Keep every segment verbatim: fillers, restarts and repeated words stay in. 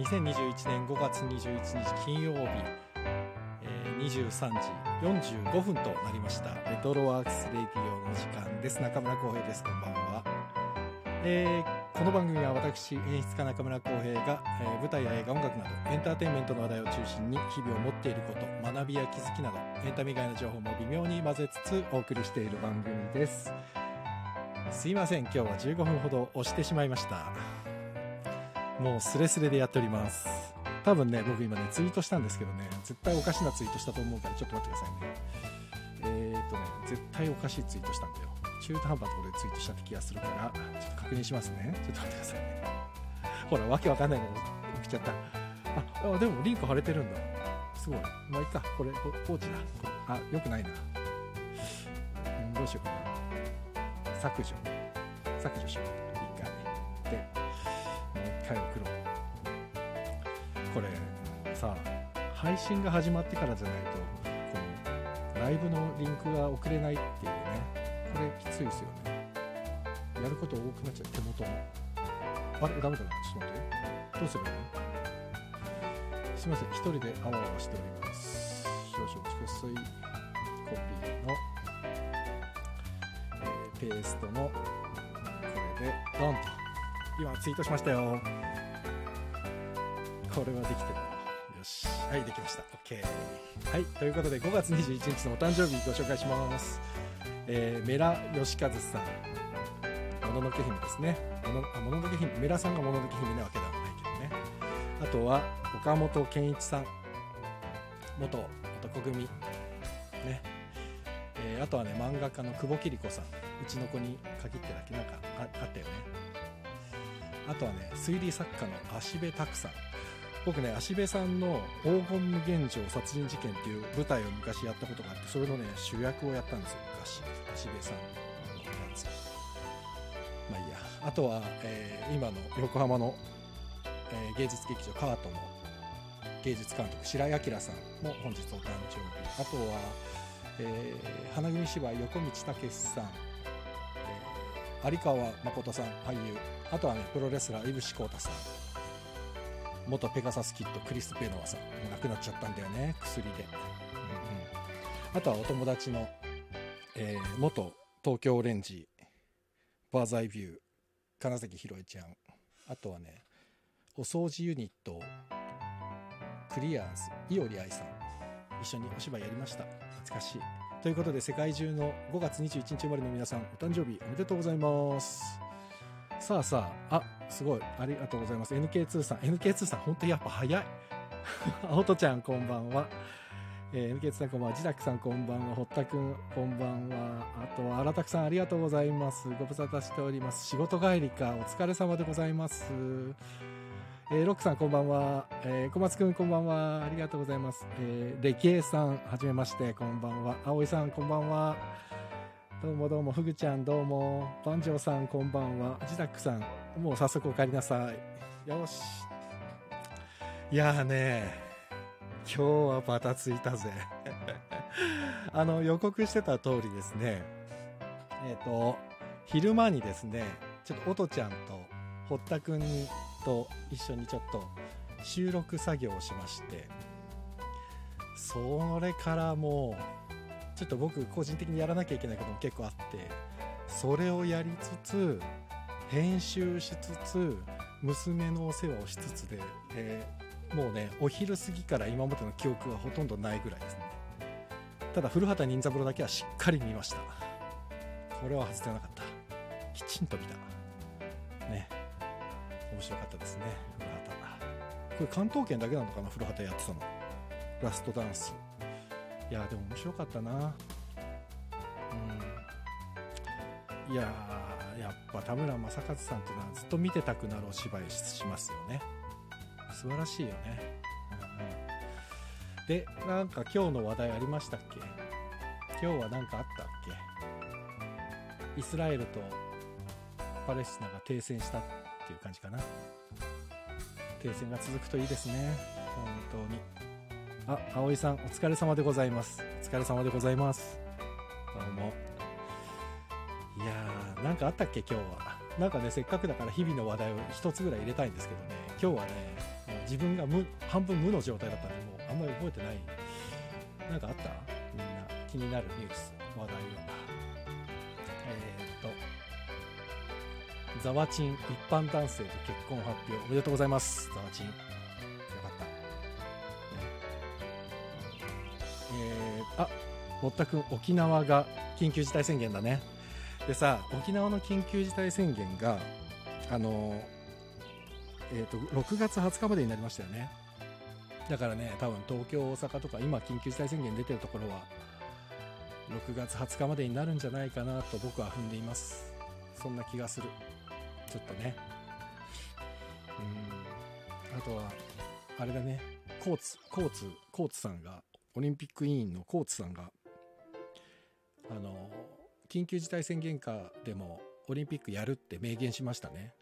にせんにじゅういちねんごがつにじゅういちにち金曜日、えー、にじゅうさんじよんじゅうごふんとなりました。レトロワークスレディオの時間です。中村浩平です。こんばんは。えー、この番組は私演出家中村浩平が、えー、舞台や映画、音楽などエンターテインメントの話題を中心に日々を持っていること、学びや気づきなどエンタメ以外の情報も微妙に混ぜつつお送りしている番組です。すいません、今日はじゅうごふんほど押してしまいました。もうスレスレでやっております。多分ね、僕今ねツイートしたんですけどね、絶対おかしなツイートしたと思うからちょっと待ってくださいね。えーっとね絶対おかしいツイートしたんだよ。中途半端なところでツイートしたって気がするからちょっと確認しますね。ちょっと待ってくださいね。ほら、わけわかんないの送っちゃった。ああ、でもリンク貼れてるんだ。すごい。まあいいか、これ放置だ。あ、よくないな。うん、どうしようかな。削除削除しよう。いいかね。でもう一回送ろう。これさ、配信が始まってからじゃないとこのライブのリンクが送れないっていうね、これきついですよね。やること多くなっちゃう。手元のあれダメだな。ちょっと待って、どうすればいいの。すいません、一人であわあわしております。少々お待ちください。コピーの、えー、ペーストのこれでドンと今ツイートしましたよ。これはできてる。よし、はい、できました。 OK。 はい、ということでごがつにじゅういちにちのお誕生日ご紹介します。えー、メラヨシカズさん、もののけ姫ですね。ものあもののけ姫、メラさんがもののけ姫なわけではないけどね。あとは岡本健一さん、元男組ね。えー、あとはね、漫画家の久保桐子さん、うちの子に限ってだけなんか あ, あったよね。あとはね、推理作家の芦部拓さん。僕ね、芦部さんの黄金無限城殺人事件っていう舞台を昔やったことがあって、それのね主役をやったんですよ、昔。芦部さんのやつ。まあいいや。あとは、えー、今の横浜の、えー、芸術劇場カートの芸術監督白井明さんも本日お誕生日。あとは、えー、花組芝居横道武さん、えー、有川誠さん、俳優。あとはね、プロレスラー井伏浩太さん、元ペガサスキッドクリス・ベノワさん、もう亡くなっちゃったんだよね、薬で。うんうん、あとはお友達の、えー、元東京オレンジバーザイビュー金崎ひろえちゃん。あとはね、お掃除ユニットクリアーズ伊織愛さん、一緒にお芝居やりました。懐かしい。ということで、世界中のごがつにじゅういちにち生まれの皆さん、お誕生日おめでとうございます。さあさあ、あ、すごい、ありがとうございます。 エヌケーツー さん エヌケーツー さん、本当にやっぱ早いあおとちゃんこんばんは、えー、エヌケーツー さんこんばんは、ジダクさんこんばんは、堀田くんこんばんは、あとは荒拓さんありがとうございます。ご無沙汰しております。仕事帰りか、お疲れ様でございます。えー、ロックさんこんばんは、えー、小松くんこんばんは、ありがとうございます。えー、レキエさんはじめましてこんばんは、葵さんこんばんは、どうもどうも、フグちゃんどうも、バンジョーさんこんばんは、ジダックさんもう早速お帰りなさい。よし。いやーね、今日はバタついたぜあの予告してた通りですね、えっと昼間にですね、ちょっとおとちゃんと堀田くんと一緒にちょっと収録作業をしまして、それからもうちょっと僕個人的にやらなきゃいけないことも結構あって、それをやりつつ編集しつつ娘のお世話をしつつで、えー、もうねお昼過ぎから今までの記憶はほとんどないぐらいですね。ただ古畑任三郎だけはしっかり見ました。これは外せなかった。きちんと見たね。面白かったですね、古畑。これ関東圏だけなのかな、古畑やってたの。ラストダンス。いやでも面白かったな。うん。いやー、やっぱ田村正和さんっていうのはずっと見てたくなるお芝居しますよね。素晴らしいよね。うんうん、で、なんか今日の話題ありましたっけ？今日は何かあったっけ？イスラエルとパレスチナが停戦したっていう感じかな。停戦が続くといいですね、本当に。あ、葵さんお疲れ様でございます。お疲れ様でございます。どうも。いやー、なんかあったっけ今日は。なんかね、せっかくだから日々の話題を一つぐらい入れたいんですけどね、今日はね、もう自分が無半分無の状態だったんで、もうあんまり覚えてない。なんかあった？みんな気になるニュース、話題を。えー、っとザワチン一般男性と結婚発表おめでとうございます。ザワチンよかった、ね、えー、あもったくん沖縄が緊急事態宣言だね。でさ、沖縄の緊急事態宣言があのえー、とろくがつはつかまでになりましたよね。だからね、多分東京大阪とか今緊急事態宣言出てるところはろくがつはつかまでになるんじゃないかなと僕は踏んでいます。そんな気がする。ちょっとね、うん、あとはあれだね、コーツコーツコーツさんが、オリンピック委員のコーツさんがあの緊急事態宣言下でもオリンピックやるって明言しましたね。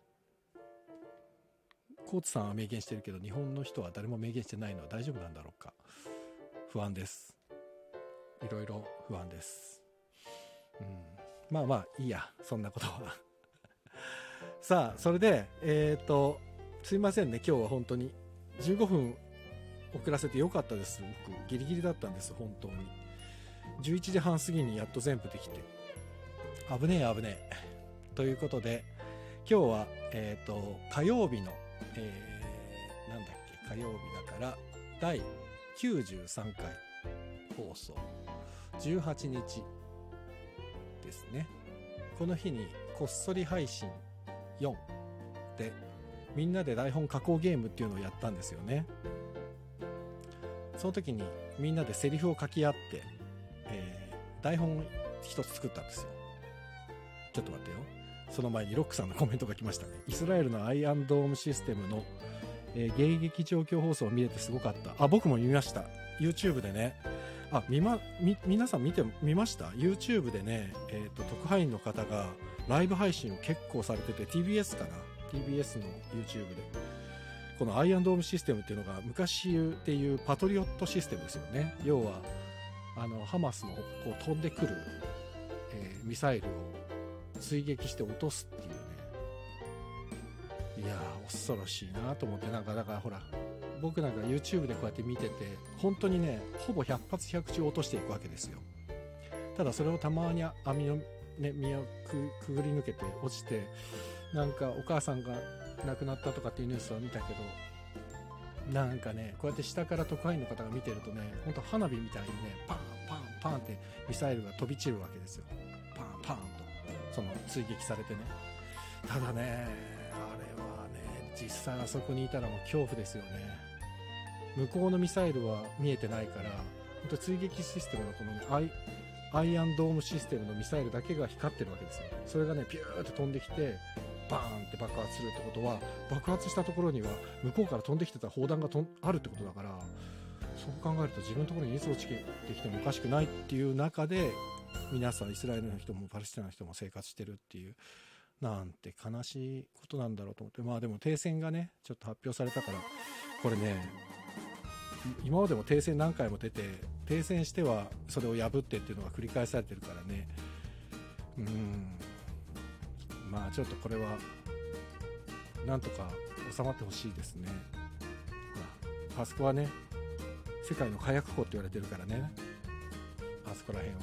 コーツさんは明言してるけど、日本の人は誰も明言してないのは大丈夫なんだろうか。不安です。いろいろ不安です、うん、まあまあいいや、そんなことはさあ、それでえっ、ー、とすいませんね、今日は本当にじゅうごふん遅らせてよかったです。僕ギリギリだったんです、本当に。じゅういちじはん過ぎにやっと全部できて、危ねえ危ねえということで、今日はえっ、ー、と火曜日のえー、なんだっけ火曜日だからだいきゅうじゅうさんかい放送、じゅうはちにちですね。この日にこっそり配信よんでみんなで台本加工ゲームっていうのをやったんですよね。その時にみんなでセリフを書き合って、えー、台本一つ作ったんですよ。ちょっと待ってよ、その前にロックさんのコメントが来ましたね。イスラエルのアイアンドームシステムの、えー、迎撃状況放送を見れてすごかった。あ、僕も見ました。 YouTube でね。あ、みま、み、皆さん見てみました？ YouTube でね、えーと、特派員の方がライブ配信を結構されてて、 ティービーエス かな ティービーエス の YouTube でこのアイアンドームシステムっていうのが昔っていうパトリオットシステムですよね。要はあのハマスのこう飛んでくる、えー、ミサイルを追撃して落とすっていうね。いやー恐ろしいなと思って、なんかだからほら僕なんか YouTube でこうやって見てて、本当にねほぼひゃく発ひゃく中落としていくわけですよ。ただそれをたまに網の、ね、身を く, くぐり抜けて落ちて、なんかお母さんが亡くなったとかっていうニュースは見たけど、なんかねこうやって下から特派員の方が見てるとね、本当花火みたいにねパンパンパンってミサイルが飛び散るわけですよ。パンパンとその追撃されてね。ただねあれはね実際あそこにいたらもう恐怖ですよね。向こうのミサイルは見えてないから、本当追撃システムのこのねアイアイアンドームシステムのミサイルだけが光ってるわけですよ。それがねピューって飛んできてバーンって爆発するってことは、爆発したところには向こうから飛んできてた砲弾がとんあるってことだから、そう考えると自分のところにいつ落ちてきてもおかしくないっていう中で、皆さんイスラエルの人もパレスチナの人も生活してるっていう、なんて悲しいことなんだろうと思って。まあでも停戦がねちょっと発表されたから、これね今までも停戦何回も出て、停戦してはそれを破ってっていうのが繰り返されてるからね。うーんまあちょっとこれはなんとか収まってほしいですね。ほらあそこはね世界の火薬庫って言われてるからね、あそこら辺は。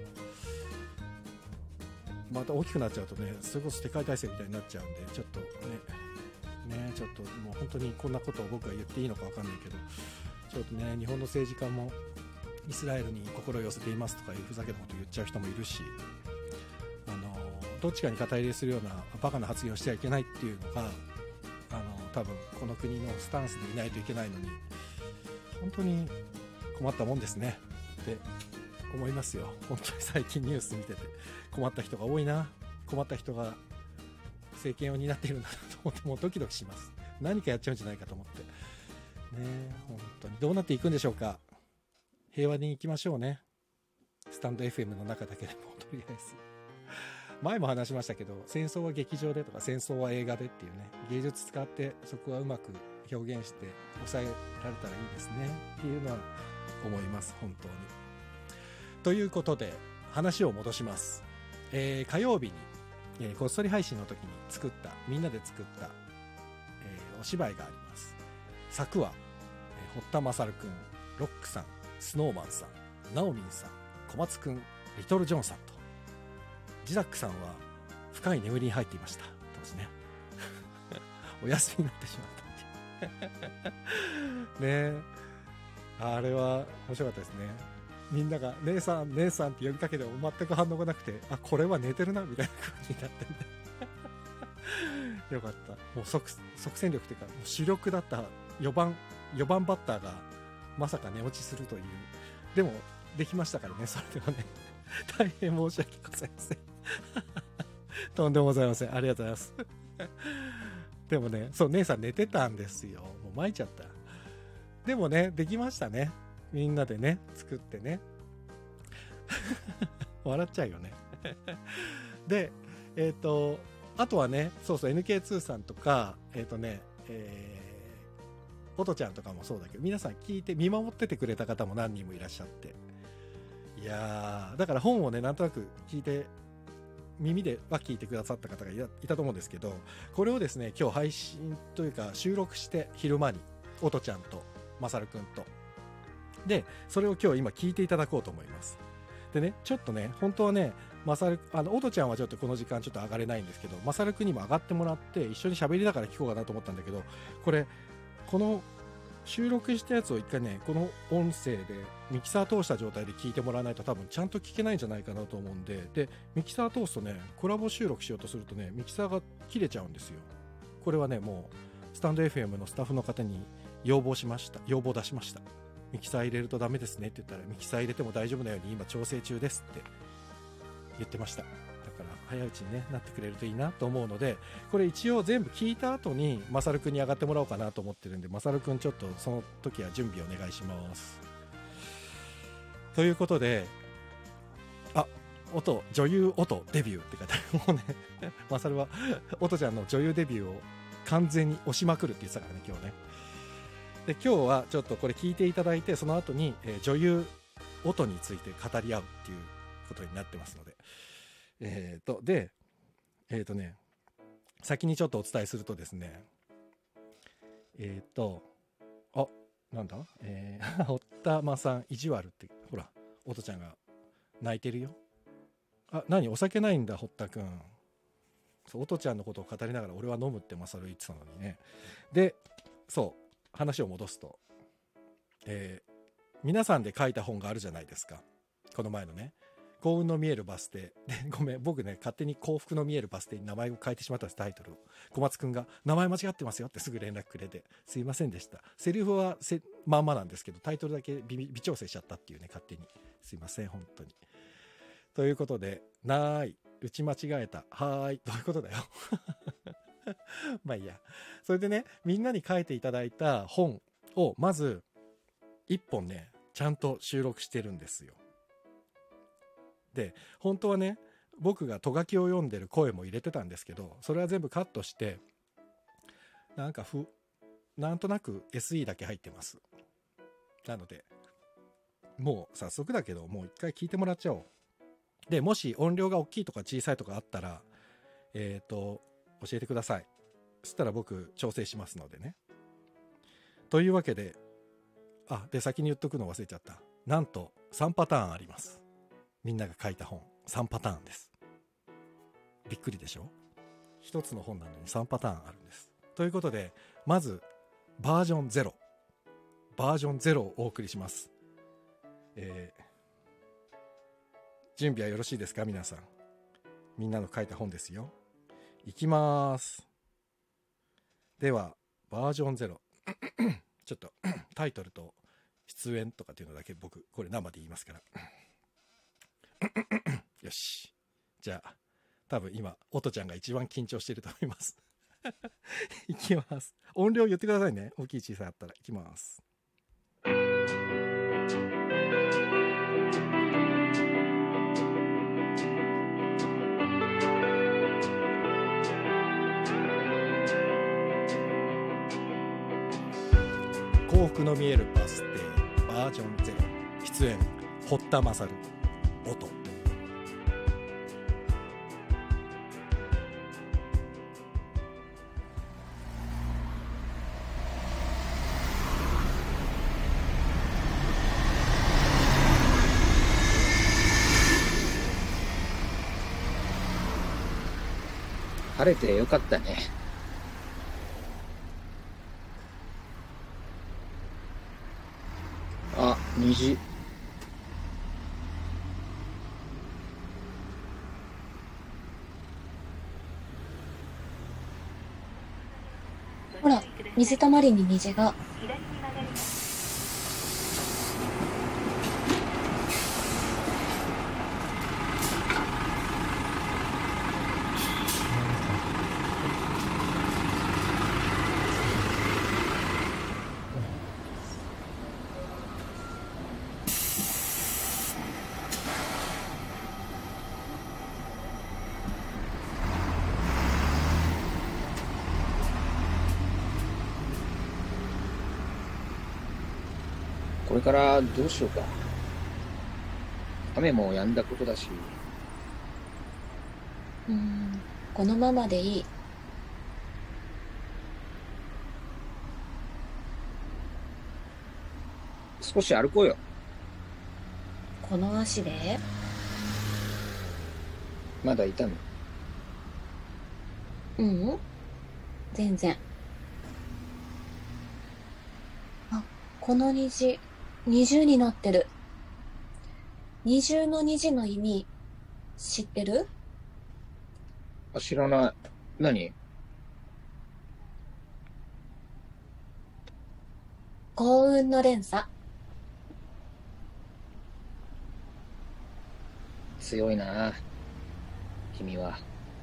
また大きくなっちゃうとね、それこそ世界大戦みたいになっちゃうんで、ちょっとねねちょっともう本当にこんなことを僕が言っていいのか分かんないけど、ちょっとね日本の政治家もイスラエルに心を寄せていますとかいうふざけたことを言っちゃう人もいるし、あのどっちかに肩入れするようなバカな発言をしてはいけないっていうのが、あの多分この国のスタンスでいないといけないのに、本当に困ったもんですねって思いますよ。本当に最近ニュース見てて困った人が多いな、困った人が政権を担っているんだなと思って、もうドキドキします。何かやっちゃうんじゃないかと思ってね。本当にどうなっていくんでしょうか。平和に行きましょうね。スタンド エフエム の中だけでもとりあえず。前も話しましたけど、戦争は劇場でとか戦争は映画でっていうね、芸術使ってそこはうまく表現して抑えられたらいいですねっていうのは思います、本当に。ということで話を戻します。えー、火曜日に、えー、こっそり配信の時に作ったみんなで作った、えー、お芝居があります。 作は、えー、堀田勝くん、ロックさん、スノーマンさん、ナオミンさん、小松くん、リトルジョンさんと、ジダックさんは深い眠りに入っていました当時ねお休みになってしまったっていうね。あれは面白かったですね。みんなが姉さん姉さんって呼びかけても全く反応がなくて、あ、これは寝てるなみたいな感じになってねよかった。もう 即, 即戦力というか主力だったよばんよばんバッターがまさか寝落ちするという。でもできましたからね、それでもね大変申し訳ございませんとんでもございません。ありがとうございますでもね、そう、姉さん寝てたんですよ。もう巻いちゃった。でもね、できましたね。みんなでね、作ってね笑っちゃうよねで、えっ、ー、とあとはね、そうそう エヌケーツー さんとか、えっ、ー、とね、えー、おとちゃんとかもそうだけど、皆さん聞いて見守っててくれた方も何人もいらっしゃって、いやー、だから本をね、なんとなく聞いて、耳では聞いてくださった方がい た, いたと思うんですけど、これをですね、今日配信というか収録して昼間におとちゃんとまさるくんとで、それを今日今聞いていただこうと思います。でね、ちょっとね、本当はね、まさるあのおとちゃんはちょっとこの時間ちょっと上がれないんですけど、まさるくんにも上がってもらって一緒に喋りながら聞こうかなと思ったんだけど、これこの収録したやつを一回ね、この音声でミキサー通した状態で聞いてもらわないと多分ちゃんと聞けないんじゃないかなと思うんで、でミキサー通すとね、コラボ収録しようとするとね、ミキサーが切れちゃうんですよ。これはね、もうスタンド エフエム のスタッフの方に要望しました要望出しました。ミキサー入れるとダメですねって言ったら、ミキサー入れても大丈夫なように今調整中ですって言ってました。だから早いうちに、ね、なってくれるといいなと思うので、これ一応全部聞いた後にマサルくんに上がってもらおうかなと思ってるんで、マサルくんちょっとその時は準備お願いします。ということで、あ、音女優音デビューって方もうねマサルは音ちゃんの女優デビューを完全に押しまくるって言ってたからね、今日ね。で、今日はちょっとこれ聞いていただいて、その後に、えー、女優音について語り合うっていうことになってますので、えーとでえーとね先にちょっとお伝えするとですね、えーとあなんだえー堀田真さん意地悪って、ほら音ちゃんが泣いてるよ。あ、何お酒ないんだ堀田くん。そう、音ちゃんのことを語りながら俺は飲むってマサル言ってたのにね。で、そう話を戻すと、えー、皆さんで書いた本があるじゃないですか。この前のね、幸運の見えるバス停で、ごめん、僕ね、勝手に幸福の見えるバス停に名前を変えてしまったんです、タイトルを。小松くんが名前間違ってますよってすぐ連絡くれて、すいませんでした。セリフはせまんまなんですけど、タイトルだけ 微, 微調整しちゃったっていうね、勝手にすいません本当に。ということで、なーい、打ち間違えた、はーい、どういうことだよまあいいや。それでね、みんなに書いていただいた本をまず一本ね、ちゃんと収録してるんですよ。で、本当はね、僕がト書きを読んでる声も入れてたんですけど、それは全部カットして、なんかふなんとなく エスイー だけ入ってます。なのでもう早速だけど、もう一回聞いてもらっちゃおう。で、もし音量が大きいとか小さいとかあったら、えっと教えてください。そしたら僕調整しますのでね。というわけで、あ、で先に言っとくの忘れちゃった。なんとさんパターンあります。みんなが書いた本さんパターンです。びっくりでしょ？一つの本なのにさんパターンあるんです。ということで、まずバージョンゼロバージョンゼロをお送りします。えー、準備はよろしいですか皆さん。みんなの書いた本ですよ。いきます。ではバージョンゼロちょっとタイトルと出演とかっていうのだけ僕これ生で言いますからよし、じゃあ多分今音ちゃんが一番緊張していると思いますいきます。音量言ってくださいね、大きい小さいあったら。いきます。幸福の見えるバス停バージョンゼロ、出演堀田勝、音。 晴れてよかったね。あ、虹。 ほら、水たまりに虹が。 これからどうしようか。雨も止んだことだし。 うーん、このままでいい。 少し歩こうよ。 この足で？ まだ痛む？ ううん、全然。あ、この虹、二重になってる。二重の虹の意味、知ってる？ あ、知らない。何？ 幸運の連鎖。 強いな、君は。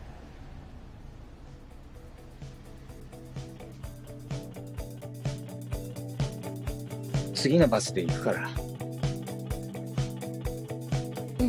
次のバスで行くから。 うん。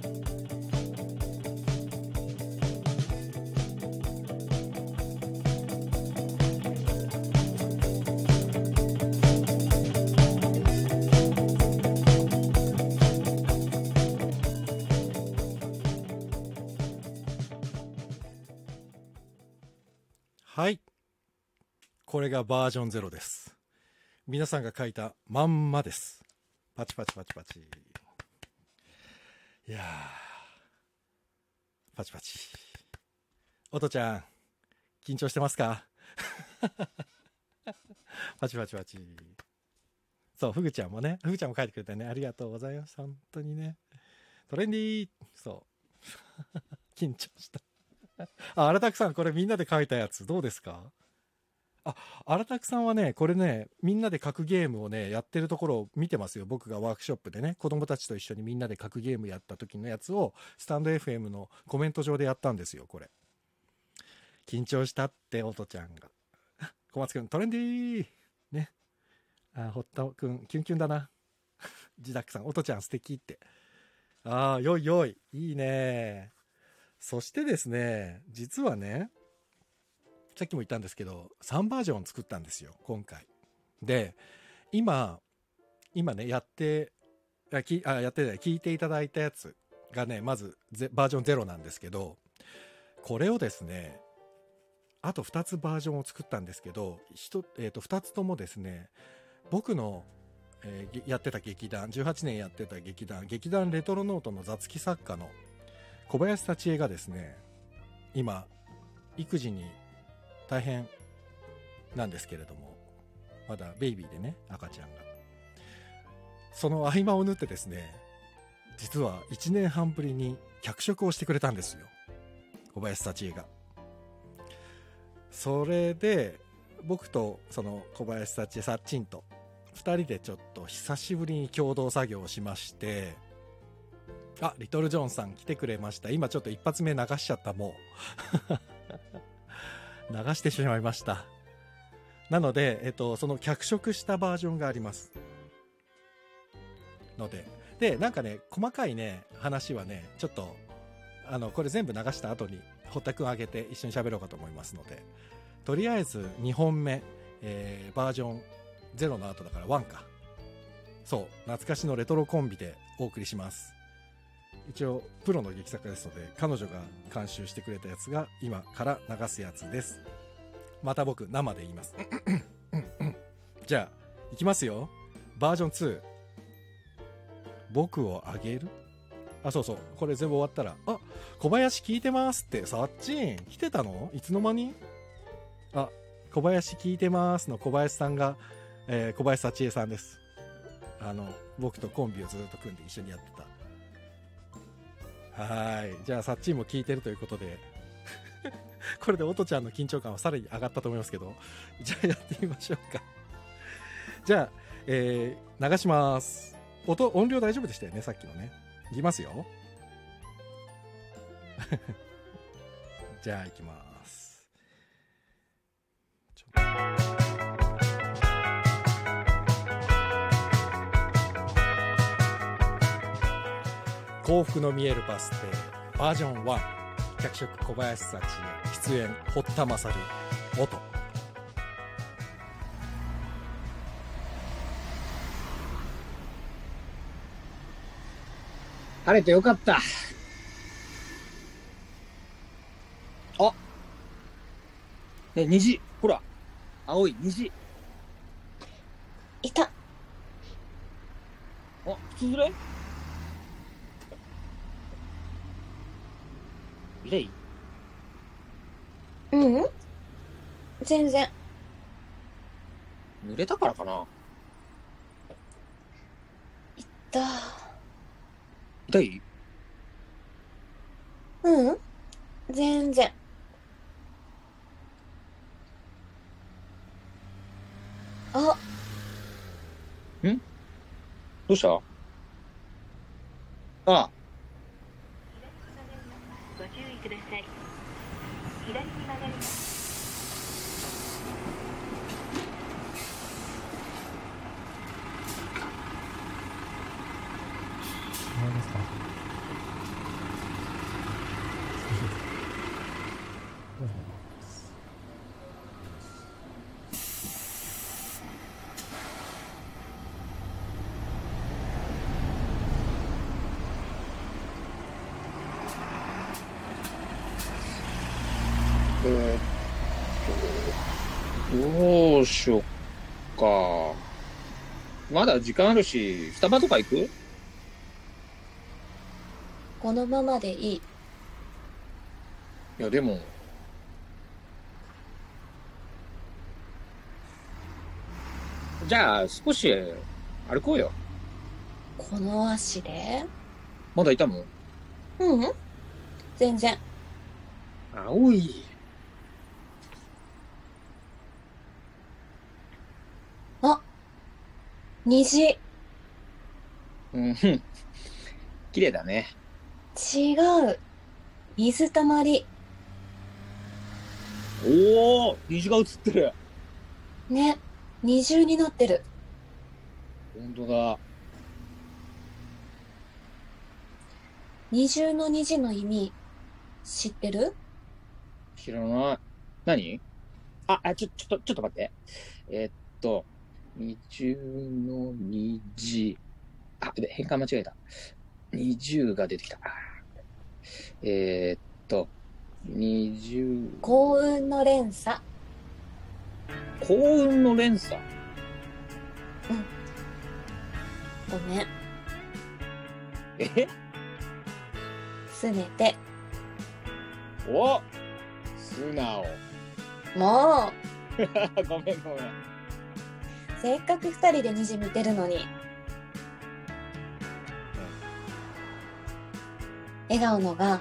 はい。これがバージョンゼロです。皆さんが書いたまんまです。パチパチパチパチ。いやー。パチパチ。おとちゃん、緊張してますか？パチパチパチ。そう、ふぐちゃんもね、ふぐちゃんも書いてくれてね、ありがとうございます。本当にね。トレンディー。そう。緊張した。あ、荒拓さん、これみんなで書いたやつ、どうですか？あ、荒拓さんはね、これね、みんなで書くゲームをね、やってるところを見てますよ。僕がワークショップでね、子供たちと一緒にみんなで書くゲームやった時のやつを、スタンド エフエム のコメント上でやったんですよ、これ。緊張したって、おとちゃんが。小松くん、トレンディーね。あ、堀田くん、キュンキュンだな。ジダックさん、おとちゃん素敵って。ああ、よいよい。いいね。そしてですね、実はね、さっきも言ったんですけど、さんバージョン作ったんですよ、今回。で、今、今ね、やって、あ、きあやってない、聞いていただいたやつがね、まずバージョンゼロなんですけど、これをですね、あとふたつバージョンを作ったんですけど、えー、とふたつともですね、僕の、えー、やってた劇団、じゅうはちねんやってた劇団、劇団レトロノートの雑記作家の小林幸恵がですね、今、育児に大変なんですけれども、まだベイビーでね、赤ちゃんが。その合間を縫ってですね、実はいちねんはんぶりに脚色をしてくれたんですよ、小林幸恵が。それで僕とその小林幸恵さっちんとふたりでちょっと久しぶりに共同作業をしまして、あ、リトルジョーンさん来てくれました。今ちょっと一発目流しちゃった。もう流してしまいました。なので、えっと、その脚色したバージョンがありますので、でなんかね、細かいね話はね、ちょっとあのこれ全部流した後に堀田くん上げて一緒に喋ろうかと思いますので、とりあえずにほんめ、えー、バージョンゼロの後だからワンか。そう、懐かしのレトロコンビでお送りします。一応プロの劇作家ですので、彼女が監修してくれたやつが今から流すやつです。また僕生で言いますじゃあいきますよ。バージョンツー、僕をあげる。 あ、そうそう、これ全部終わったら、あ、小林聞いてますって、さっちん、来てたの？いつの間に？あ、小林聞いてますの小林さんが、えー、小林幸恵さんです。あの、僕とコンビをずっと組んで一緒にやってた。はーい。じゃあ、さっちんも聞いてるということで、これで音ちゃんの緊張感はさらに上がったと思いますけど、じゃあやってみましょうか。じゃあ、えー、流します。音、音量大丈夫でしたよね、さっきのね。いきますよ。じゃあ、いきます。ちょっと幸福の見えるバス停バージョンワン、脚色小林幸恵、出演堀田勝、音。 晴れてよかった。あ、ね、虹、ほら、青い虹。 いた。 あ、普通ぐらい？レイ？ ううん。全然。 濡れたからかな。 だ。 痛い？ ううん。全然。あ。 ん？どうした？ああ。 ご注意ください。左に曲がります。 何ですか？ えーっと、どうしよっか。まだ時間あるし、スタバとか行く？ このままでいい。 いや、でも、じゃあ、少し歩こうよ。 この足で？ まだいたの？ ううん。全然。 青い。 あ、虹。 うん、綺麗だね。 違う。水たまり。 おお、虹が映ってる。 ね、二重になってる。 本当だ。 二重の虹の意味、知ってる？ 知らない。何？あ、あ、ちょ、ちょっと、ちょっと待って。えー、っと、二重の虹。あ、変換間違えた。二重が出てきた。えー、っと、二重。 幸運の連鎖。 幸運の連鎖。 うん。ごめん。 え？ すねて。 お！素直。 もう。 ごめんごめん。 せっかく二人で虹見てるのに。笑顔のが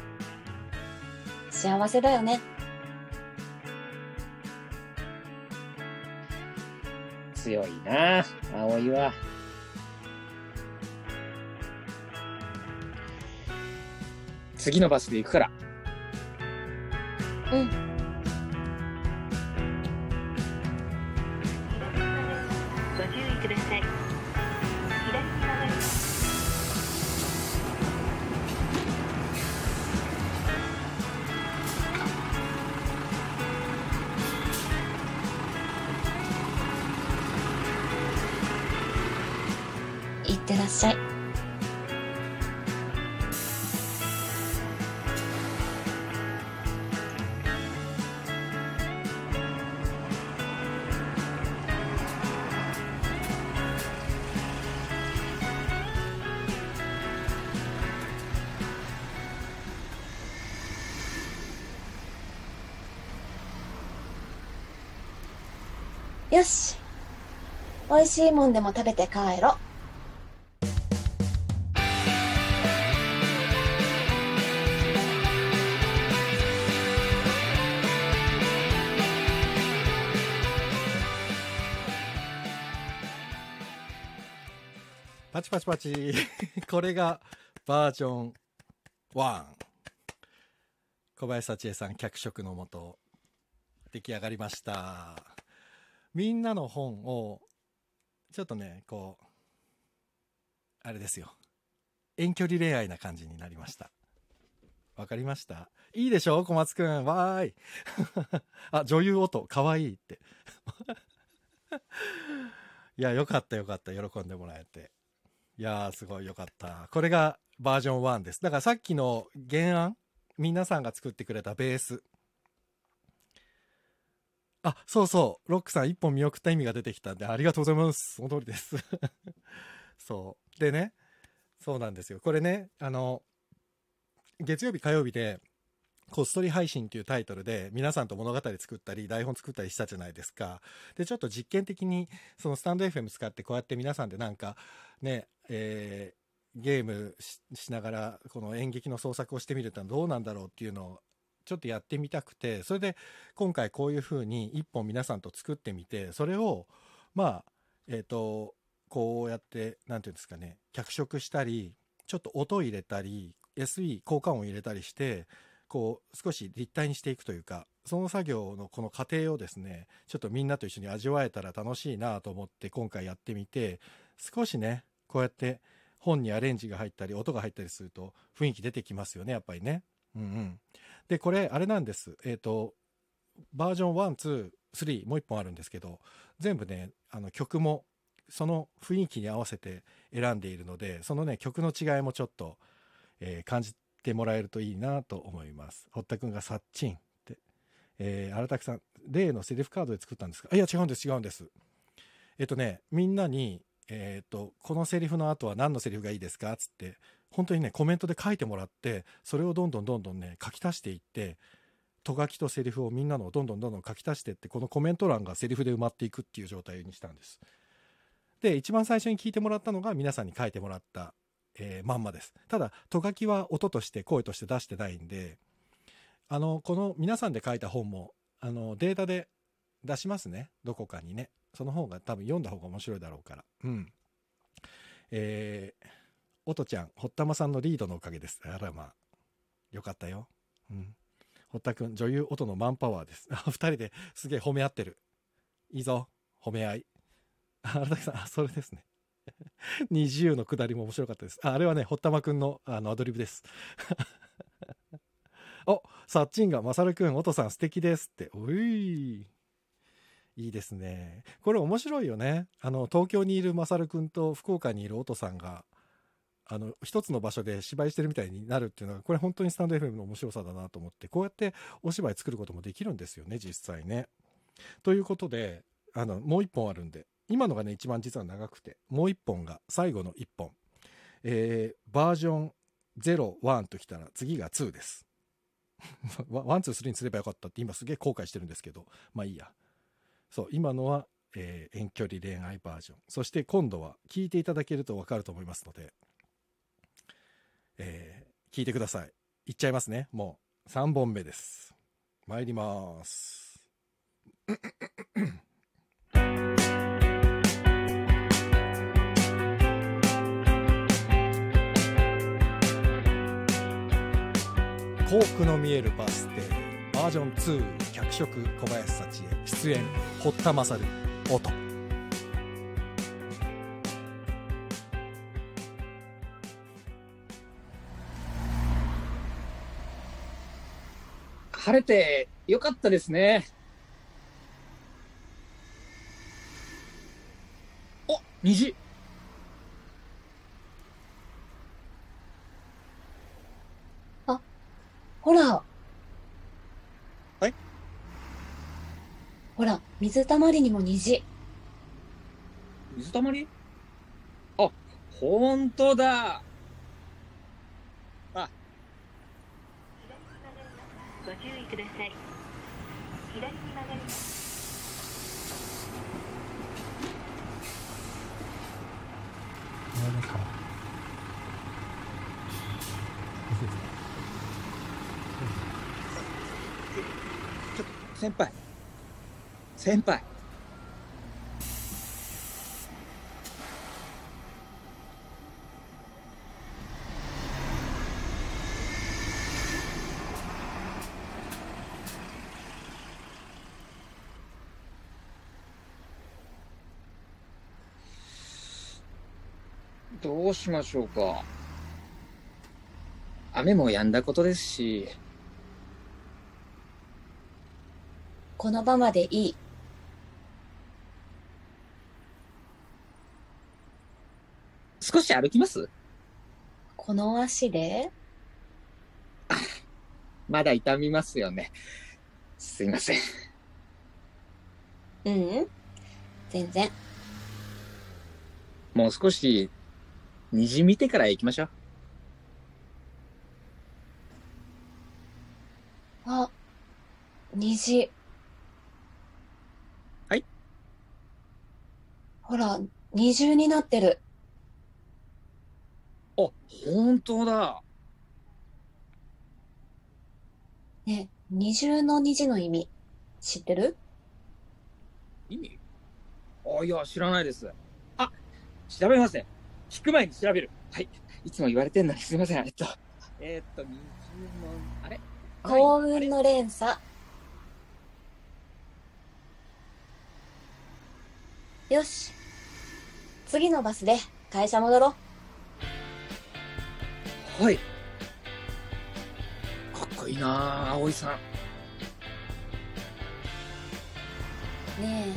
幸せだよね。 強いな、葵は。次のバスで行くから。 うん。 ご注意ください。左に曲がります。 いってらっしゃい。 よし。美味しいもんでも食べて帰ろ。 パチパチパチ。これがバージョンワン。小林幸恵さん脚色のもと出来上がりました。みんなの本をちょっとね、こうあれですよ、遠距離恋愛な感じになりました。わかりました？いいでしょ小松くん。わーい。あ、女優音かわいいって。いや、よかったよかった、喜んでもらえて。いやー、すごいよかった。これがバージョンワンです。だからさっきの原案、皆さんが作ってくれたベース。あ、そうそう、ロックさん一本見送った意味が出てきたんで、ありがとうございます。その通りです。そう。でね、そうなんですよ。これね、あの、月曜日火曜日で、こっそり配信っていうタイトルで皆さんと物語作ったり台本作ったりしたじゃないですか。でちょっと実験的にそのスタンド エフエム 使ってこうやって皆さんでなんかね、えー、ゲーム し, しながらこの演劇の創作をしてみるってのはどうなんだろうっていうのをちょっとやってみたくて、それで今回こういう風に一本皆さんと作ってみて、それをまあえっとこうやってなんていうんですかね、脚色したりちょっと音入れたり エスイー 効果音入れたりしてこう少し立体にしていくというか、その作業のこの過程をですねちょっとみんなと一緒に味わえたら楽しいなと思って今回やってみて、少しねこうやって本にアレンジが入ったり音が入ったりすると雰囲気出てきますよね、やっぱりね。うんうん。でこれあれなんです、えっとバージョンワン、ツー、スリーもう一本あるんですけど、全部ねあの曲もその雰囲気に合わせて選んでいるので、そのね曲の違いもちょっと、えー、感じてもらえるといいなと思います。堀田くんがサッチンって、えー、荒拓さん例のセリフカードで作ったんですか？いや違うんです違うんです。えっとねみんなにえっとこのセリフの後は何のセリフがいいですかっつって本当にねコメントで書いてもらって、それをどんどんどんどんね書き足していって、と書きとセリフをみんなのをどんどんどんどん書き足していって、このコメント欄がセリフで埋まっていくっていう状態にしたんです。で一番最初に聞いてもらったのが皆さんに書いてもらったえー、まんまです。ただと書きは音として声として出してないんで、あのこの皆さんで書いた本もあのデータで出しますね、どこかにね。その方が多分読んだ方が面白いだろうから。うんえー、音ちゃん堀田間さんのリードのおかげです。あらまあよかったよ。うん堀田くん女優音のマンパワーです。ふたりですげえ褒め合ってる。いいぞ褒め合い。荒竹さん、あそれですね。にじゅうの下りも面白かったです。 あ, あれはね堀田間くん の, あのアドリブです。おさっちんがまさるくん音さん素敵ですって。おいいいですね。これ面白いよね。あの東京にいるまさるくんと福岡にいる音さんがあの一つの場所で芝居してるみたいになるっていうのがこれ本当にスタンド エフエム の面白さだなと思って、こうやってお芝居作ることもできるんですよね実際ね。ということであのもう一本あるんで、今のがね一番実は長くて、もう一本が最後の一本、えー、バージョンゼロ、ワンときたら次がツーです。ワン、ツー、スリーにすればよかったって今すげえ後悔してるんですけど、まあいいや。そう今のは、えー、遠距離恋愛バージョン、そして今度は聞いていただけると分かると思いますので、えー、聞いてください。いっちゃいますね。もうさんぼんめです。参ります。幸福の見えるバス停バージョンツー、脚色小林幸恵、出演堀田勝、音。 晴れてよかったですね。お、虹。 あ、ほら。 はい。 ほら、水たまりにも虹。 水たまり？あ、ほんとだ。あ。 ご注意ください。左に曲がります。 ね、川。 ちょっと、先輩。先輩。どうしましょうか。雨も止んだことですし。 この場までいい。 少し歩きます？ この足で？ まだ痛みますよね。すいません。 ううん。全然。 もう少し虹見てから行きましょう。 あ、虹。 はい。 ほら、二重になってる。 あ、本当だ。 ね、二重の虹の意味、知ってる？ 意味？あ、いや、知らないです。あ、調べますね。聞く前に調べる。はい。いつも言われてんのにすいません。えっと、えっと、二重の、あれ？ 幸運の連鎖。よし。次のバスで会社戻ろう。はい。かっこいいなあ、葵さん。 ね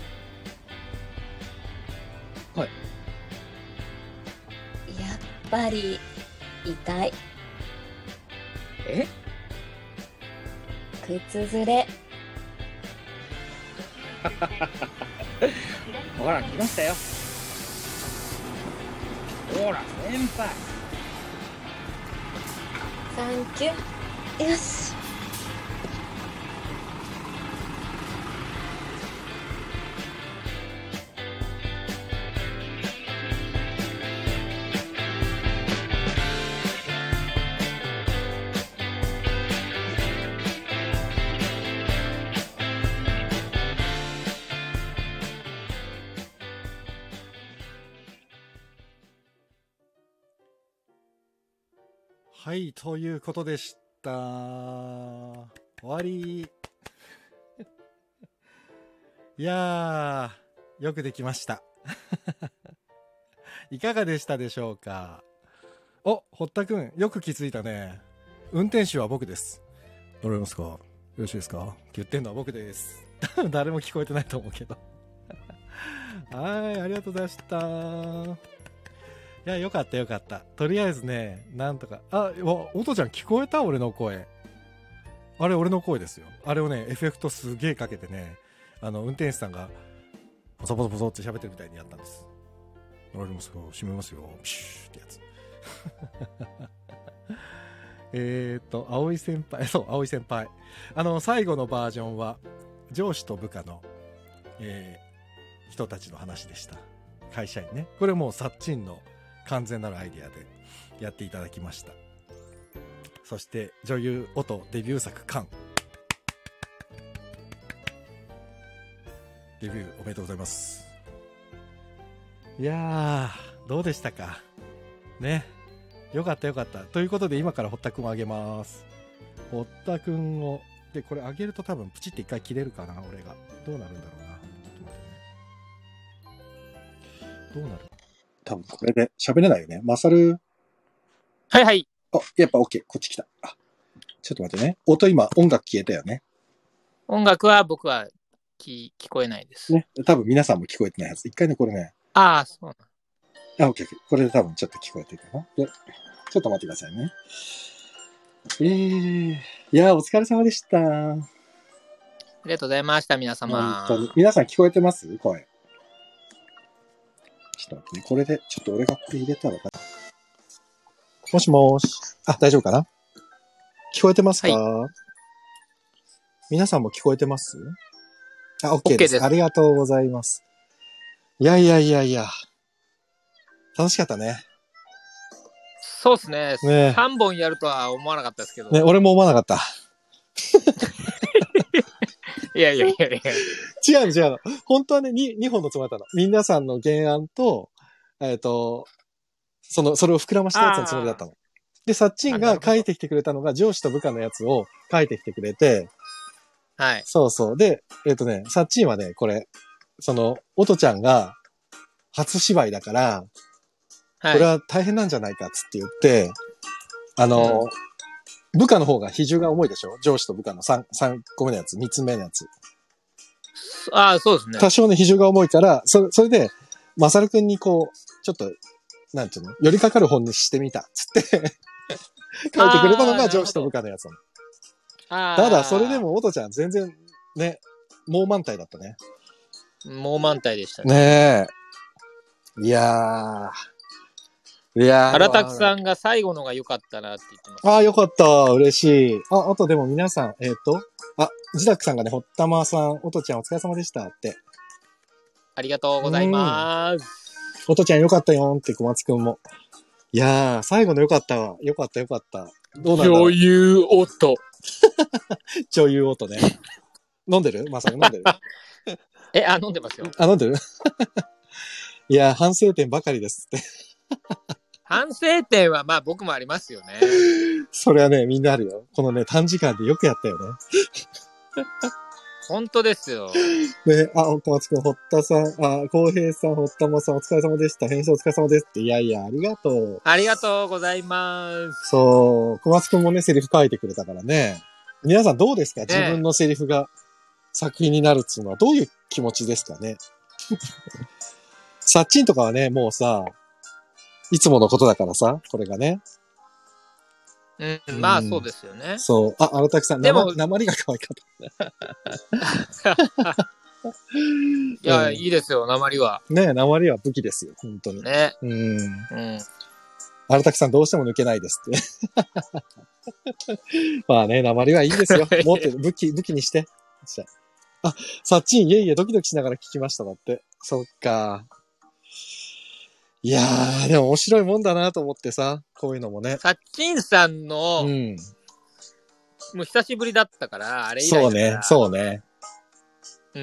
え。はい。 やっぱり、痛い。 え？ 靴ずれ。 ほら、来ましたよ。ほら、先輩。 サンキュー。よし。 はい、ということでした。終わり。いやー、よくできました。いかがでしたでしょうか。お、堀田くん、よく気づいたね。運転手は僕です。乗れますか？よろしいですか？言ってんのは僕です。誰も聞こえてないと思うけど。はい、ありがとうございました。いや、よかったよかった。とりあえずね、なんとか。あ、おとちゃん聞こえた？俺の声。あれ、俺の声ですよ。あれをね、エフェクトすげえかけてね、あの、運転手さんが、ポソポソポソって喋ってるみたいにやったんです。乗られますよ、閉めますよ、ピシューってやつ。えっと、葵先輩、そう、葵先輩。あの、最後のバージョンは、上司と部下の、えー、人たちの話でした。会社員ね。これもう、サッチンの完全なるアイディアでやっていただきました。そして女優音デビュー作カンデビューおめでとうございます。いやーどうでしたかね。よかったよかった。ということで今から堀田くんをあげます。堀田くんをでこれあげると多分プチって一回切れるかな。俺がどうなるんだろうな。ちょっと待ってね。どうなる？ 多分これで喋れないよね。マサル。 はいはい。 あ、やっぱ OK。こっち来た。あ、ちょっと待ってね。音今、音楽消えたよね。 音楽は僕は聞、聞こえないです。 ね。多分皆さんも聞こえてないはず。一回ね、これね。 ああ、そうな。あ、OK、OK。これで多分ちょっと聞こえてるかな。で、ちょっと待ってくださいね。えー、いやー、お疲れ様でした。ありがとうございました、皆様。 本当に。皆さん聞こえてます？声。ちょっと待ってね。これで、ちょっと俺がこれ入れたらかな。もしもーし。あ、大丈夫かな？聞こえてますか？はい、皆さんも聞こえてます？あ、OK です。OK です。ありがとうございます。いやいやいやいや。楽しかったね。 そうですね。 ねさんぼんやるとは思わなかったですけど。 ね、俺も思わなかった。 いやいやいやいや。 違うの違うの。本当はね、に、にほんのつもりだったの。皆さんの原案と、えっ、と、その、それを膨らましたやつのつもりだったの。で、サッチンが書いてきてくれたのが上司と部下のやつを書いてきてくれて、 はい。 そうそう。で、えっ、とね、サッチンはね、これ、その、おとちゃんが初芝居だから、 はい。 これは大変なんじゃないかっつって言って、あの、うん、部下の方が比重が重いでしょ？上司と部下の3、三個目のやつ、みっつめのやつ。 ああ、そうですね。 多少ね、比重が重いから、それ、それで、まさるくんにこう、ちょっと、なんていうの？寄りかかる本にしてみた、つって、書いてくれたのが上司と部下のやつなの。ただ、それでも、おとちゃん全然、ね、猛満体だったね。 猛満体でしたね。 ねえ。いやー。いやー。 荒拓さんが最後のが良かったなって言ってます。 ああ、よかった。嬉しい。あ、あとでも皆さん、えっ、ー、と、あ、ジダックさんがね、ほったまさん、おとちゃんお疲れ様でしたって。 ありがとうございます。 おとちゃんよかったよーんって小松くんも。いやー、最後のよかったわ。よかったよかった。どうなんだろう。 女優音。 女優音ね。飲んでる？まさに飲んでるえ、あ、飲んでますよ。 あ、飲んでるいやー、反省点ばかりですって。 反省点はまあ僕もありますよね。 それはね、みんなあるよ。このね、短時間でよくやったよね。 本当ですよ。 ね、あ、小松くん、堀田さん、あ、浩平さん、堀田もさん、お疲れ様でした。編集お疲れ様ですって。いやいや、ありがとう。 ありがとうございます。 そう、小松くんもね、セリフ書いてくれたからね。皆さんどうですか？自分のセリフが作品になるっていうのはどういう気持ちですかね？サッチンとかはね、もうさ、いつものことだからさ、これがね。 うん、まあそうですよね。 そう。あ、荒拓さん、 でも、 なまりが可愛かった。 いや、うん、いいですよ、なまりは。 ねえ、なまりは武器ですよ、本当に。 ね。 うん。 うん。 荒拓さんどうしても抜けないですって。まあね、なまりはいいですよ。持ってる。武器、武器にして。あ、サッチン、いえいえ、ドキドキしながら聞きましただって。そっか。いやー、でも面白いもんだなと思ってさ、こういうのもね。 サッチンさんの、うん、もう久しぶりだったから、あれ以来だから。 そうね、そうね。 うん。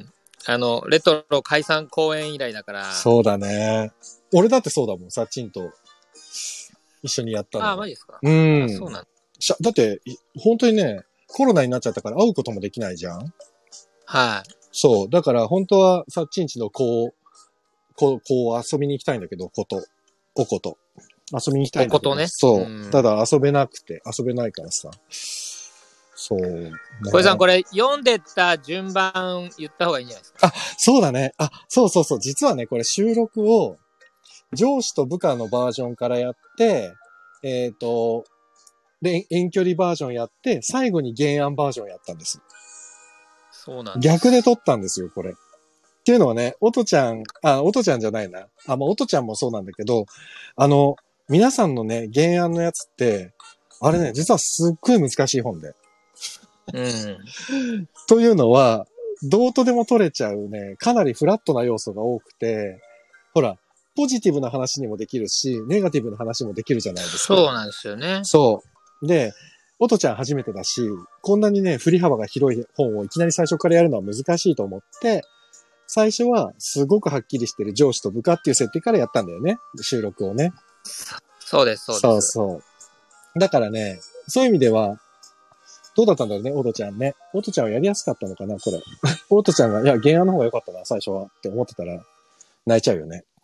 あの、レトロ解散公演以来だから。 そうだね。俺だってそうだもん、サッチンと一緒にやったの。 ああ、マジですか。 うん。 そうなの。 だって、本当にね、コロナになっちゃったから会うこともできないじゃん。 はい。 そう。だから本当はサッチンちの子を、こう、こう遊びに行きたいんだけど、こと、おこと。遊びに行きたいんだけど。 おことね。 そう。うん、ただ遊べなくて、遊べないからさ。そう。ね、 小江さん、これ読んでた順番言った方がいいんじゃないですか。 あ、そうだね。あ、そうそうそう。実はね、これ収録を上司と部下のバージョンからやって、えっと、で、遠距離バージョンやって、最後に原案バージョンやったんです。 そうなんです。 逆で撮ったんですよ、これ。っていうのはね、おとちゃん、あ、おとちゃんじゃないな。あ、まあ、おとちゃんもそうなんだけど、あの、皆さんのね、原案のやつって、あれね、実はすっごい難しい本で。 うん。 というのは、どうとでも取れちゃうね、かなりフラットな要素が多くて、ほら、ポジティブな話にもできるし、ネガティブな話もできるじゃないですか。 そうなんですよね。 そう。で、おとちゃん初めてだし、こんなにね、振り幅が広い本をいきなり最初からやるのは難しいと思って、最初はすごくはっきりしてる上司と部下っていう設定からやったんだよね。収録をね。 そうです、そうです。 そうそう。だからね、そういう意味では、どうだったんだろうね、おとちゃんね。おとちゃんはやりやすかったのかな、これ。おとちゃんが、いや、原案の方が良かったな、最初はって思ってたら、泣いちゃうよね。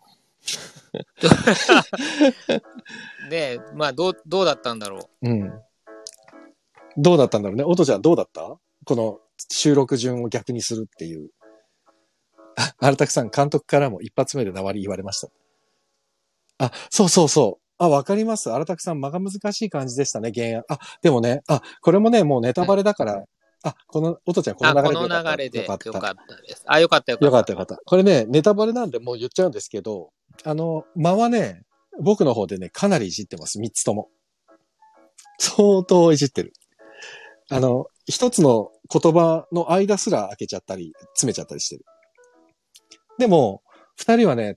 で、まあ、どう、どうだったんだろう。うん。どうだったんだろうね。おとちゃんどうだった？この収録順を逆にするっていう。あ、荒拓さん、監督からも一発目で縄り言われました。あ、そうそうそう。あ、わかります。荒拓さん、間が難しい感じでしたね、原案。あ、でもね、あ、これもね、もうネタバレだから、うん、あ、この、おとちゃん、この流れでよかった。 あ、この流れでよかった。よかったです。あ、よかったよかった。 よかったよかった。これね、ネタバレなんでもう言っちゃうんですけど、あの、間はね、僕の方でね、かなりいじってます。三つとも。相当いじってる。あの、一つの言葉の間すら開けちゃったり、詰めちゃったりしてる。でも、二人はね、とっ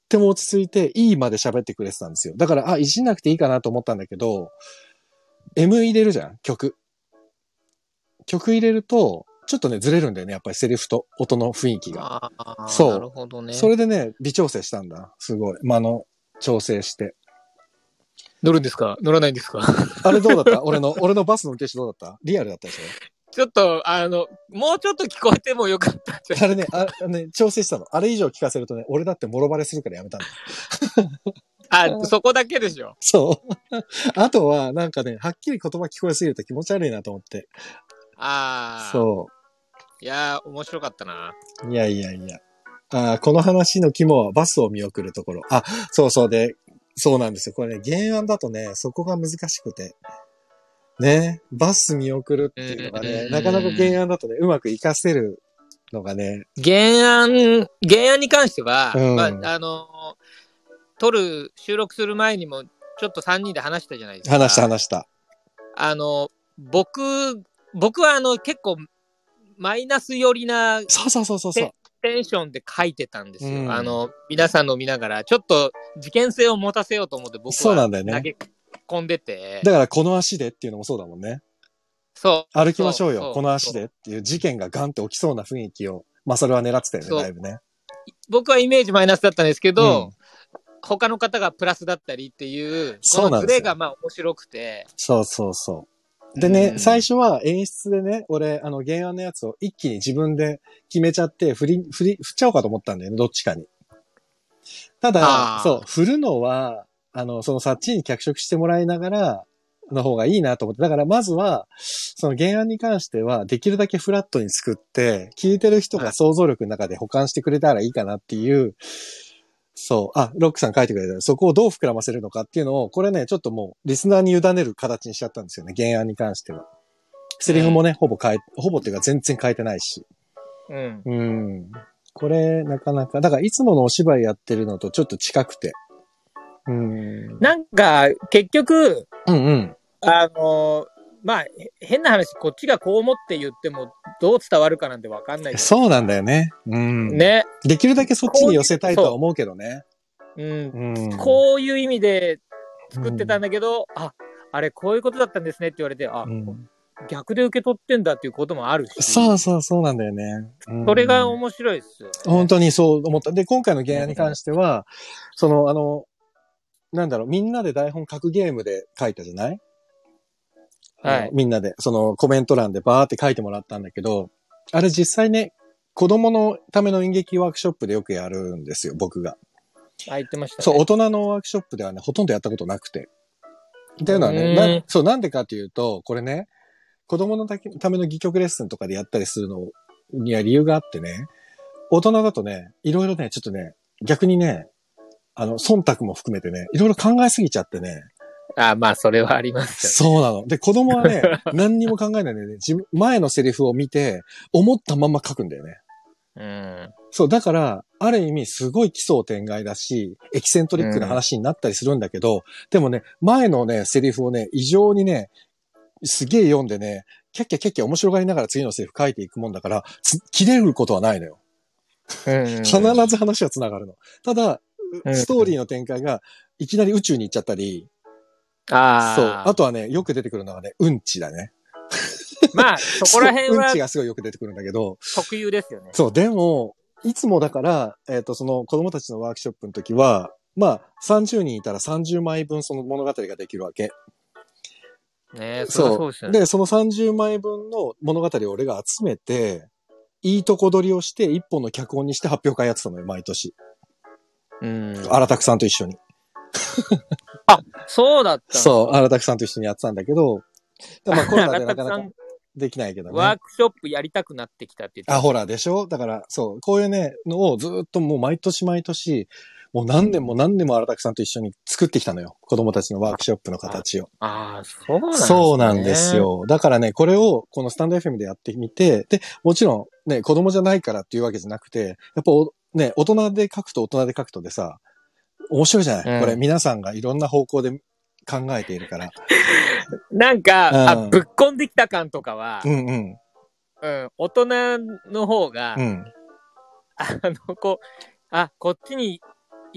っても落ち着いて、いいまで喋ってくれてたんですよ。だから、あ、いじんなくていいかなと思ったんだけど、M 入れるじゃん、曲。曲入れると、ちょっとね、ずれるんだよね、やっぱりセリフと音の雰囲気が。 ああ、 そうなるほどね。 それでね、微調整したんだ。すごい。間の調整して。 乗るんですか？乗らないんですか？ あれどうだった俺の、俺のバスの運転手どうだった？リアルだったでしょ？ ちょっと、あの、もうちょっと聞こえてもよかったんじゃない。 あれね、ああね、調整したの。あれ以上聞かせるとね、俺だってもろバレするからやめたんだ。 あ、そこだけでしょ。 そう。あとは、なんかね、はっきり言葉聞こえすぎると気持ち悪いなと思って。 ああ。 そいやー、面白かったな。 う。いやいやいや。あこの話の肝はバスを見送るところ。あ、そうそうで、そうなんですよ。これね、原案だとね、そこが難しくて。ね、バス見送るっていうのがね、なかなか原案だとね、うまく活かせるのがね。 原案、原案に関しては、 うんまあ、あの、撮る、収録する前にも、ちょっとさんにんで話したじゃないですか。 話した話した。 あの、僕、僕はあの、結構、マイナス寄りな、 そうそうそうそうそう。 テンションで書いてたんですよ。 うん、 あの、皆さんの見ながら、ちょっと事件性を持たせようと思って僕は投げ込んでて。 だからこの足でっていうのもそうだもんね。 そう。 歩きましょうよ、この足でっていう事件がガンって起きそうな雰囲気を、まあそれは狙ってたよね、だいぶね。 僕はイメージマイナスだったんですけど、うん、他の方がプラスだったりっていう、このズレがまあ面白くて。 そうそうそう。でね、うん、最初は演出でね、俺、あの、原案のやつを一気に自分で決めちゃって、振り、振り、振っちゃおうかと思ったんだよね、どっちかに。ただ、そう、振るのは、あの、そのサッチに脚色してもらいながら、の方がいいなと思って。だからまずは、その原案に関しては、できるだけフラットに作って、聞いてる人が想像力の中で保管してくれたらいいかなっていう、そう。あ、ロックさん書いてくれた。そこをどう膨らませるのかっていうのを、これね、ちょっともう、リスナーに委ねる形にしちゃったんですよね。原案に関しては。セリフもね、ほぼ変え、ほぼっていうか全然変えてないし。 うん。 うん。これ、なかなか、だからいつものお芝居やってるのとちょっと近くて。うん。 なんか、結局、 うんうん。 あの、まあ、変な話、こっちがこう思って言っても、どう伝わるかなんてわかんない。 そうなんだよね。うん。 ね。 できるだけそっちに寄せたいとは思うけどね。 ううん、こういう意味で作ってたんだけど、うん、あ、あれこういうことだったんですねって言われて、あ、うん、逆で受け取ってんだっていうこともあるし。 そうそうそうなんだよね。 うん、それが面白いっすよ、ね。 本当にそう思った。で、今回の原案に関しては、その、あの、なんだろう、みんなで台本書くゲームで書いたじゃない？はい。みんなで、そのコメント欄でバーって書いてもらったんだけど、あれ実際ね、子供のための演劇ワークショップでよくやるんですよ、僕が。 あ、言ってましたね。 そう、大人のワークショップではね、ほとんどやったことなくて。っていうのはね、なそう、なんでかっていうと、これね、子供のための戯曲レッスンとかでやったりするのには理由があってね、大人だとね、いろいろね、ちょっとね、逆にね、あの、忖度も含めてね、いろいろ考えすぎちゃってね。 ああ、まあ、それはありますよね。そうなの。で、子供はね、何にも考えないでね、自分、前のセリフを見て、思ったまま書くんだよね。 うん。 そう、だから、ある意味すごい奇想天外だし、エキセントリックな話になったりするんだけど、うん、でもね、前のね、セリフをね、異常にね、すげえ読んでね、キャッキャキャッキャ面白がりながら次のセリフ書いていくもんだから、切れることはないのよ。うん、必ず話は繋がるの。ただ、ストーリーの展開がいきなり宇宙に行っちゃったり、 あそう。あとはね、よく出てくるのはね、うんちだね。 まあ、そこら辺は。 うんちがすごいよく出てくるんだけど。 特有ですよね。 そう、でも、いつもだから、えっと、その子供たちのワークショップの時は、まあ、さんじゅうにんいたらさんじゅうまいぶんその物語ができるわけ。 ねえ、そうそうですよね。 で、そのさんじゅうまいぶんの物語を俺が集めて、いいとこ取りをして一本の脚本にして発表会やってたのよ、毎年。 うん。 荒拓さんと一緒に。 あ、そうだった。 そう、荒拓さんと一緒にやってたんだけど、まあコロナでなかなかできないけどね。 ワークショップやりたくなってきたって言って。 あ、ほら、でしょ？だから、そう、こういうね、のをずっともう毎年毎年、もう何年も何年も荒拓さんと一緒に作ってきたのよ。子供たちのワークショップの形を。 ああ、そうなんですね。 そうなんですよ。だからね、これをこのスタンド エフエム でやってみて、で、もちろんね、子供じゃないからっていうわけじゃなくて、やっぱね、大人で書くと大人で書くとでさ、面白いじゃない、うん、これ皆さんがいろんな方向で考えているから。 なんか、うん、あ、ぶっこんできた感とかは、 うんうん。 うん、大人の方が、 うん、 あの、こう、あ、こっちに行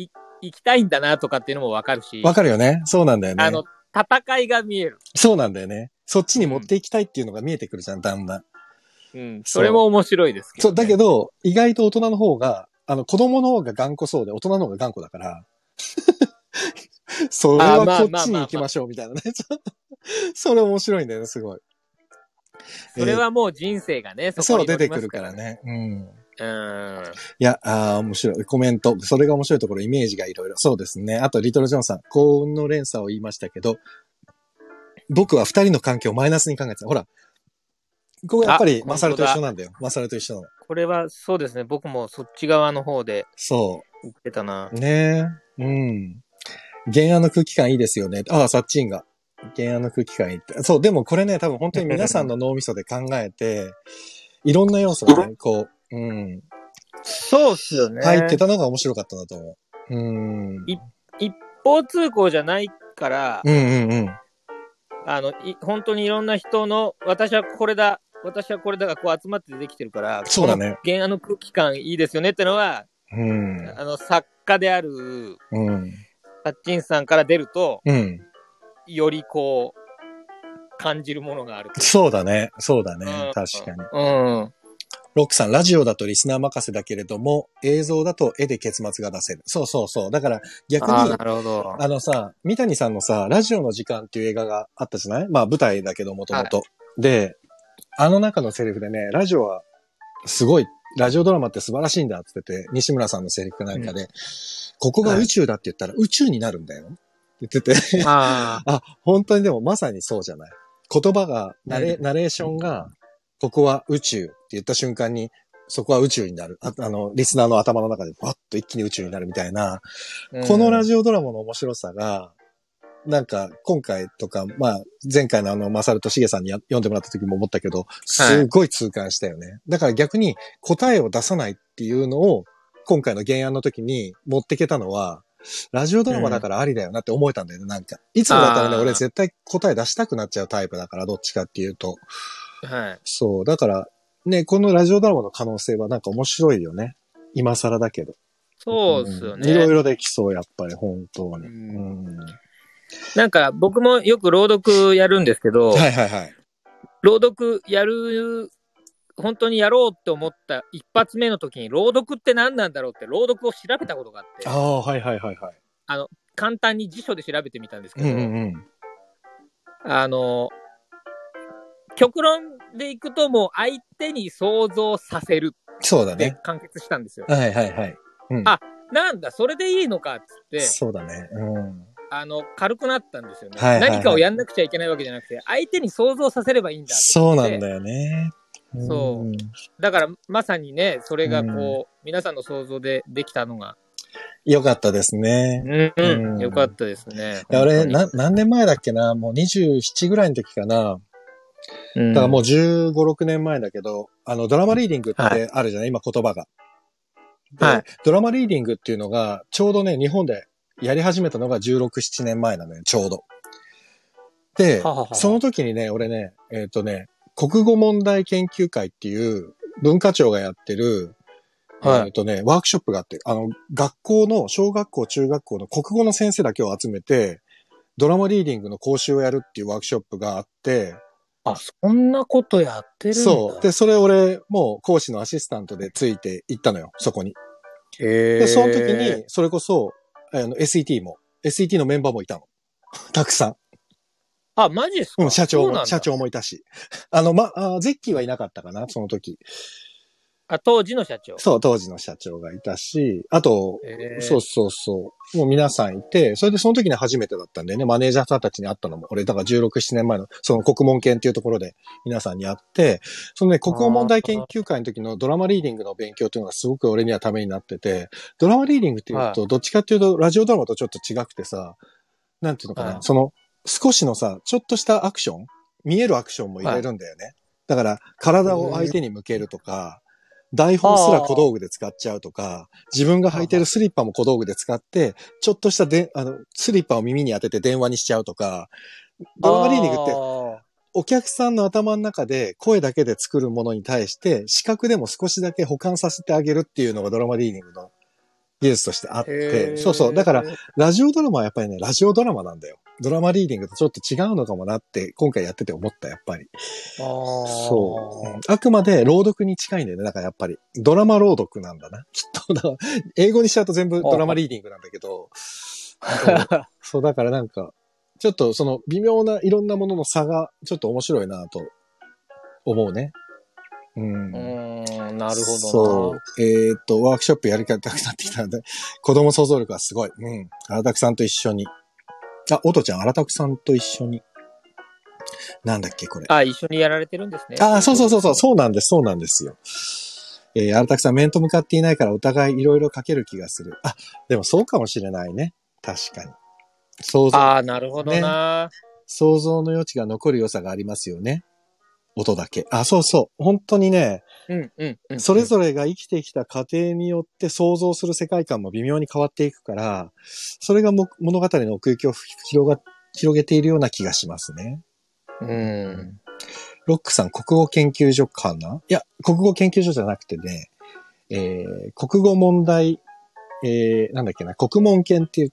行きたいんだなとかっていうのもわかるし。 わかるよね。そうなんだよね。 あの、戦いが見える。 そうなんだよね。そっちに持っていきたいっていうのが見えてくるじゃん、だんだん。 うん。それも面白いですけど、ね。 そう、だけど、意外と大人の方が、あの、子供の方が頑固そうで、大人の方が頑固だから、それはこっちに行きましょう、みたいなね。それ面白いんだよね、すごい。 それはもう人生がね、 えー、 そこにそう、出てくるからね。うん。 うん。 いや、ああ、面白い。コメント。それが面白いところ、イメージがいろいろ。そうですね。あと、リトル・ジョンさん。幸運の連鎖を言いましたけど、僕は二人の関係をマイナスに考えてた。ほら。ここやっぱり、マサルと一緒なんだよ。マサルと一緒なの。 これは、そうですね。僕もそっち側の方で。 そう。 言ってたな。 ねえ。うん。原案の空気感いいですよね。ああ、サッチンが。原案の空気感いいって。そう、でもこれね、多分本当に皆さんの脳みそで考えて、いろんな要素がね、こう、うん。 そうっすよね。 入ってたのが面白かったなと思う。うん。 い一方通行じゃないから、 うんうんうん。 あの、い本当にいろんな人の、私はこれだ、私はこれだがこう集まってできてるから、 そうだね。 原案の空気感いいですよねってのは、 うん。 あの、作家である、 うん。 タッチンさんから出ると、 うん。 よりこう、感じるものがある。 そうだね。そうだね。 うん、 確かに。 うん。 ロックさん、ラジオだとリスナー任せだけれども、映像だと絵で結末が出せる。そうそうそう。だから逆に、 あ、なるほど。 あのさ、三谷さんのさ、ラジオの時間っていう映画があったじゃない？まあ舞台だけどもともと。で、あの中のセリフでね、ラジオはすごい、ラジオドラマって素晴らしいんだって言ってて、西村さんのセリフなんかで、うん、ここが宇宙だって言ったら宇宙になるんだよ。って言ってて。ああ、本当にでもまさにそうじゃない。言葉が、ナレ、ナレーションが、ここは宇宙って言った瞬間に、そこは宇宙になる。あ, あの、リスナーの頭の中でバッと一気に宇宙になるみたいな、うん、このラジオドラマの面白さが、なんか、今回とか、まあ、前回のあの、マサルとシゲさんに読んでもらった時も思ったけど、すごい痛感したよね。はい、だから逆に答えを出さないっていうのを、今回の原案の時に持ってけたのは、ラジオドラマだからありだよなって思えたんだよね、なんか。いつもだったらね、俺絶対答え出したくなっちゃうタイプだから、どっちかっていうと。 はい。 そう。だから、ね、このラジオドラマの可能性はなんか面白いよね。今更だけど。 そうですよね。 いろいろできそう、やっぱり、本当に。うんうん、なんか、僕もよく朗読やるんですけど、 はいはいはい。 朗読やる、本当にやろうって思った一発目の時に、朗読って何なんだろうって朗読を調べたことがあって。 ああ、はいはいはいはい。 あの、簡単に辞書で調べてみたんですけど、 うんうんうん、 あの、極論でいくともう相手に想像させる。 そうだね。 で完結したんですよ。 はいはいはい。 うん、あ、なんだ、それでいいのかっつって。 そうだね。うん。 あの、軽くなったんですよね、 はいはいはい。 何かをやんなくちゃいけないわけじゃなくて、相手に想像させればいいんだって。 そうなんだよね。 そう。だから、まさにね、それがこう、皆さんの想像でできたのが。 よかったですね。 うん、うん、よかったですね。 あれ、な、何年前だっけな、もうにじゅうななぐらいの時かな。うん、だからもうじゅうご、ろくねんまえだけど、あの、ドラマリーディングってあるじゃない、はい、今言葉が。はい。ドラマリーディングっていうのが、ちょうどね、日本でやり始めたのがじゅうろく、ななねんまえなのよ、ちょうど。で、はははその時にね、俺ね、えっとね、国語問題研究会っていう文化庁がやってる、はい、えっとね、ワークショップがあって、あの、学校の、小学校、中学校の国語の先生だけを集めて、ドラマリーディングの講習をやるっていうワークショップがあって、 あ、そんなことやってるんだ。 そう。で、それ俺、もう講師のアシスタントでついて行ったのよ、そこに。 へー。 で、その時に、それこそ、あの、エスイーティー も、エスイーティー のメンバーもいたの。たくさん。 あ、マジですか？ うん、社長も、社長もいたし。あの、ま、あ、ゼッキーはいなかったかな、その時。 あ、当時の社長。 そう、当時の社長がいたし、あと、そうそうそう、もう皆さんいて、それでその時に初めてだったんだよね、マネージャーさんたちに会ったのも、俺、だからじゅうろく、ななねんまえの、その国問研っていうところで皆さんに会って、そのね、国語問題研究会の時のドラマリーディングの勉強っていうのがすごく俺にはためになってて、ドラマリーディングっていうと、どっちかっていうと、ラジオドラマとちょっと違くてさ、なんていうのかな、その、少しのさ、ちょっとしたアクション、見えるアクションも入れるんだよね。だから、体を相手に向けるとか、台本すら小道具で使っちゃうとか、自分が履いてるスリッパも小道具で使って、ちょっとしたで、あの、スリッパを耳に当てて電話にしちゃうとか、ドラマリーディングって、お客さんの頭の中で声だけで作るものに対して、視覚でも少しだけ補完させてあげるっていうのがドラマリーディングの、 技術としてあっへて、 ーそうそう。だから、ラジオドラマはやっぱりね、ラジオドラマなんだよ。ドラマリーディングとちょっと違うのかもなって、今回やってて思った、やっぱり。 あーそう、うん。あくまで朗読に近いんだよね。だからやっぱり、ドラマ朗読なんだな。きっと、だから英語にしちゃうと全部ドラマリーディングなんだけど、そうそう、だからなんか、ちょっとその微妙ないろんなものの差がちょっと面白いなと思うね。うん。 うーん、なるほどな。 そう。えーっと、ワークショップやりたくなってきたんで、子供想像力がすごい。うん。荒拓さんと一緒に。あ、おとちゃん、荒拓さんと一緒に。なんだっけ、これ。 あ、一緒にやられてるんですね。 あ、そうそうそうそう、そうなんです、そうなんですよ。えー、荒拓さん、面と向かっていないからお互いいろいろ書ける気がする。あ、でもそうかもしれないね。確かに。想像。 ああ、なるほどな、ね。 想像の余地が残る良さがありますよね。音だけ。あ、そうそう。本当にね、 うんうんうん、 それぞれが生きてきた過程によって想像する世界観も微妙に変わっていくから、それがも物語の奥行きを広が、広げているような気がしますね。 うん。 ロックさん、国語研究所かないや、国語研究所じゃなくてね、えー、国語問題、えー、なんだっけな、国問研って言って、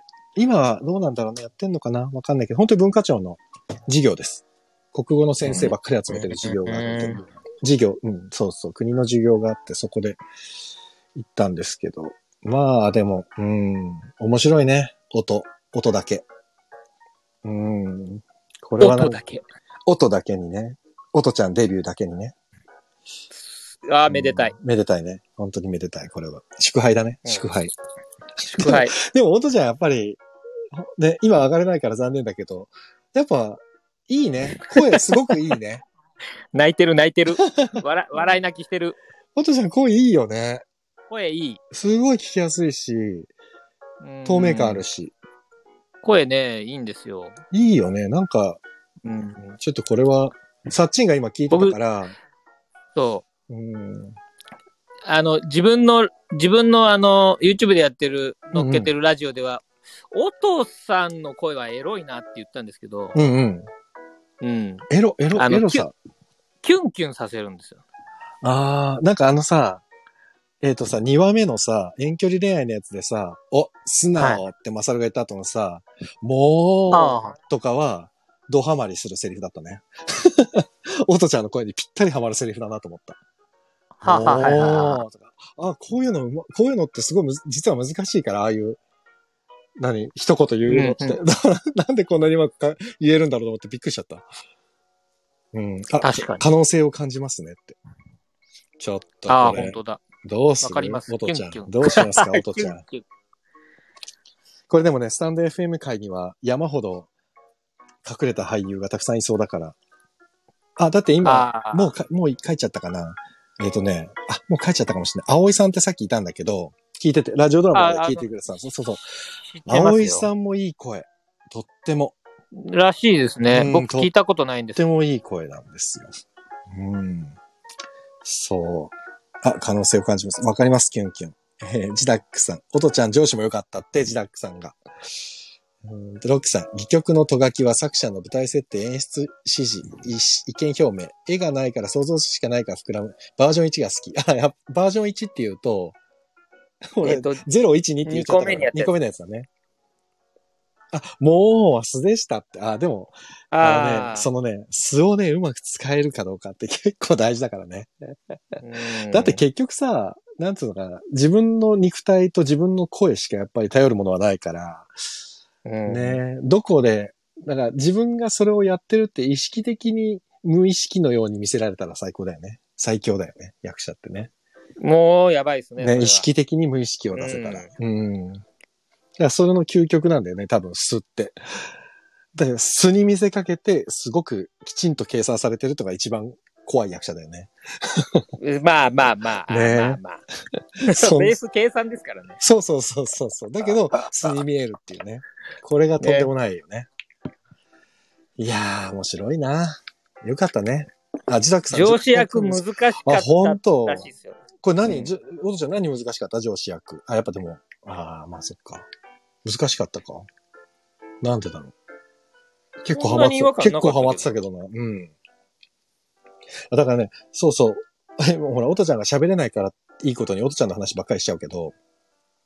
今はどうなんだろうね、やってんのかなわかんないけど、本当に文化庁の授業です。国語の先生ばっかり集めてる授業があって、うん、授業、うん、そうそう、国の授業があって、そこで行ったんですけど、まあ、でも、うん、面白いね、音、音だけ。うん、これは音だけ。 音だけにね、音ちゃんデビューだけにね。 ああ、めでたい、 うん。めでたいね。本当にめでたい、これは。祝杯だね、祝杯。 祝杯。 でも、音ちゃんやっぱり、ね、今上がれないから残念だけど、やっぱ、いいね。声すごくいいね。 泣いてる泣いてる。笑、笑い泣きしてる。 音ちゃん声いいよね。 声いい。 すごい聞きやすいし、透明感あるし。 声ね、いいんですよ。 いいよね。なんか、うん、ちょっとこれは、サッチンが今聞いてたから、 そう。 うん、 あの、自分の、自分のあの、YouTube でやってる、乗っけてるラジオでは、うんうん、音さんの声はエロいなって言ったんですけど、 うんうん。うん。エロ、エロ、エロさ。 キュンキュンさせるんですよ。 あー、なんかあのさ、えっとさ、にわめのさ、遠距離恋愛のやつでさ、お、素直ってマサルが言った後のさ、はい、もう、とかは、ドハマりするセリフだったね。音ちゃんの声にぴったりハマるセリフだなと思った。 はははいはあ、こういうの、こういうのってすごい、実は難しいから、ああいう、何一言言うのって。うんうん、なんでこんなにうまくか言えるんだろうと思ってびっくりしちゃった。うん。あ、確かに。可能性を感じますねって。ちょっとこれ。 ああ、本当だ。 どうする？ わかります。 音ちゃん。 キュンキュンどうしますか、音ちゃん。キュンキュンこれでもね、スタンド エフエム 界には山ほど隠れた俳優がたくさんいそうだから。あ、だって今、もうか、もう書いちゃったかな。えっとね、あ、もう書いちゃったかもしれない。葵さんってさっきいたんだけど、聞いてて、ラジオドラマで聞いてくれた。そうそうそう。葵さんもいい声。とっても。 らしいですね。うん、僕聞いたことないんですとってもいい声なんですよ。うん。そう。あ、可能性を感じます。わかります、キュンキュン。えー、ジダックさん。おとちゃん上司も良かったって、ジダックさんが。うんロックさん。戯曲のとがきは作者の舞台設定、演出指示、意見表明。絵がないから想像しかないから膨らむ。バージョンいちが好き。あ、やバージョンいちって言うと、俺、えー、ゼロいちにって言っちゃったから。にこめのやつだね。あ、もう素でしたって。あ、でも、あのね、そのね、素をね、うまく使えるかどうかって結構大事だからね。だって結局さ、なんつうのかな、自分の肉体と自分の声しかやっぱり頼るものはないから、ね、どこで、だから自分がそれをやってるって意識的に無意識のように見せられたら最高だよね。最強だよね、役者ってね。 もうやばいですね。 ね、意識的に無意識を出せたら。うん。うんだからそれの究極なんだよね、多分、素って。だから、素に見せかけて、すごくきちんと計算されてるとが一番怖い役者だよね。 まあまあまあ。ね、まあまあ。ベース計算ですからね。 そうそうそうそうそう。だけど、素に見えるっていうね。これがとんでもないよね。ねいやー、面白いな。よかったね。あ、自宅さん。 上司役難しかったらしいですよ。 これ何、じおとちゃん何難しかった上司役。あ、やっぱでも、ああ、まあそっか。難しかったか。なんでだろう。結構ハマってた。結構ハマってたけどな。うん。だからね、そうそう。もうほら、おとちゃんが喋れないからいいことにおとちゃんの話ばっかりしちゃうけど、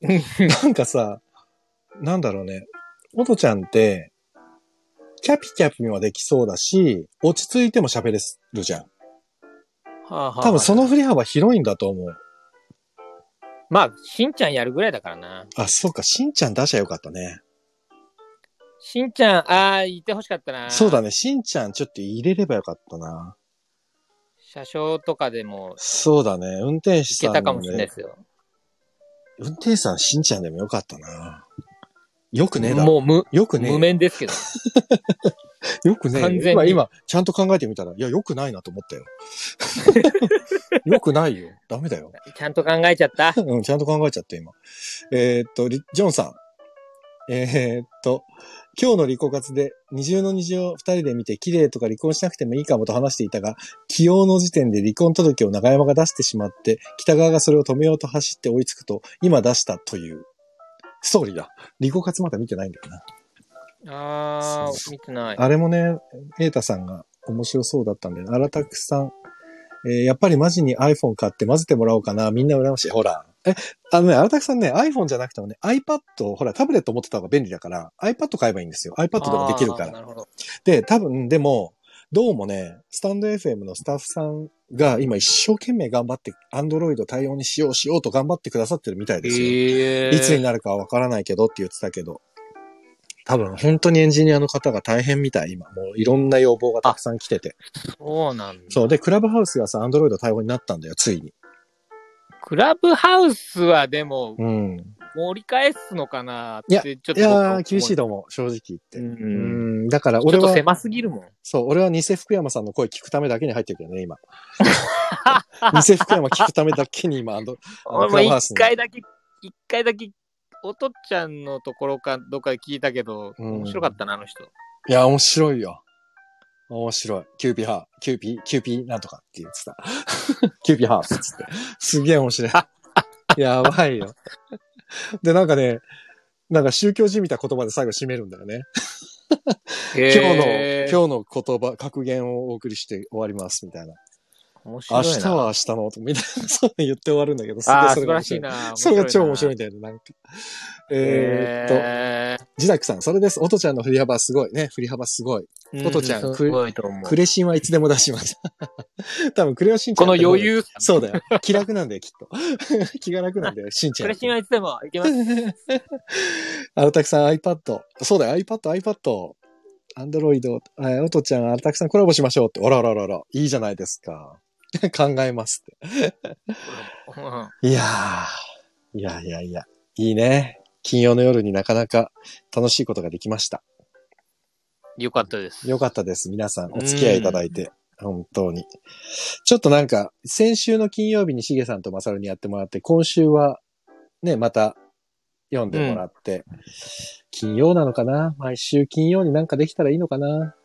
なんかさ、なんだろうね。おとちゃんって、キャピキャピはできそうだし、落ち着いても喋れるじゃん。 はあはあ、 多分その振り幅広いんだと思う。 まあ、しんちゃんやるぐらいだからな。 あ、そうか、しんちゃん出しゃよかったね。 しんちゃん、ああ、言ってほしかったな。 そうだね、しんちゃんちょっと入れればよかったな。 車掌とかでも、 そうだね、運転手いさん、ね。 けたかもしれないですよ。 運転手さん、しんちゃんでもよかったな。よくねえだろ。 もう無、 よくねえ。 無面ですけど。 よくねえ。 完全に今、今、ちゃんと考えてみたら、いや、よくないなと思ったよ。よくないよ。ダメだよ。 ちゃんと考えちゃった。 うん、ちゃんと考えちゃって、今。えー、っと、ジョンさん。えー、っと、今日のリコ活で二重の虹を二人で見て綺麗とか離婚しなくてもいいかもと話していたが、起用の時点で離婚届を長山が出してしまって、北川がそれを止めようと走って追いつくと、今出したというストーリーだ。リコ活まだ見てないんだよな。 あー、見てない。 あれもね、瑛太さんが面白そうだったんで、荒拓さん、えー、やっぱりマジに iPhone 買って混ぜてもらおうかな。みんな羨ましい。ほら。え、あのね、荒拓さんね、iPhone じゃなくてもね、iPad、ほら、タブレット持ってた方が便利だから、iPad 買えばいいんですよ。iPad でもできるから。 なるほど。 で、多分、でも、どうもね、スタンド エフエム のスタッフさんが今一生懸命頑張って、Android 対応にしようしようと頑張ってくださってるみたいですよ。 えー、 いつになるかはわからないけどって言ってたけど。多分、本当にエンジニアの方が大変みたい、今。もういろんな要望がたくさん来てて。 そうなんだ。 そう。で、クラブハウスがさ、Android 対応になったんだよ、ついに。 クラブハウスはでも、 うん。 盛り返すのかなっていや、 ちょっと。 いやー、厳しいと思う、正直言って。 う。 うんん。だから俺は、 ちょっと狭すぎるもん。 そう、俺は偽福山さんの声聞くためだけに入ってるけどね、今。偽福山聞くためだけに今、あの、 俺も一回だけ、一回だけ、おとっちゃんのところかどっかで聞いたけど、 うん面白かったな、あの人。 いや、面白いよ。面白い。キューピーハー、キューピー、キューピーなんとかって言ってた。キューピーハーって言って。すげえ面白い。やばいよ。で、なんかね、なんか宗教じみた言葉で最後締めるんだよね。今日の、今日の言葉、格言をお送りして終わります、みたいな。 面白いな。 明日は明日の、みたいな、そう言って終わるんだけど、すげえああ、 それが面白い。 素晴らしいな。 それが超面白いんだよね、なんか。えー、っと、ジダックさん、それです。おとちゃんの振り幅すごい。ね、振り幅すごい。おとちゃん、 すごいと思う。 クレシンはいつでも出します。多分、クレヨンしんちゃん。 この余裕。 そうだよ。気楽なんだよ、きっと。気が楽なんだよ、しんちゃん。 クレシンはいつでもいけます。 あらたくさん iPad。そうだよ、iPad、iPad。Android、えおとちゃん、あらたくさんコラボしましょうって。あらららら、いいじゃないですか。考えますって。いやー、いやいやいや、いいね。金曜の夜になかなか楽しいことができました。 よかったです。 よかったです。皆さんお付き合いいただいて。本当に。ちょっとなんか、先週の金曜日にしげさんとまさるにやってもらって、今週はね、また読んでもらって、うん、金曜なのかな？毎週金曜になんかできたらいいのかな？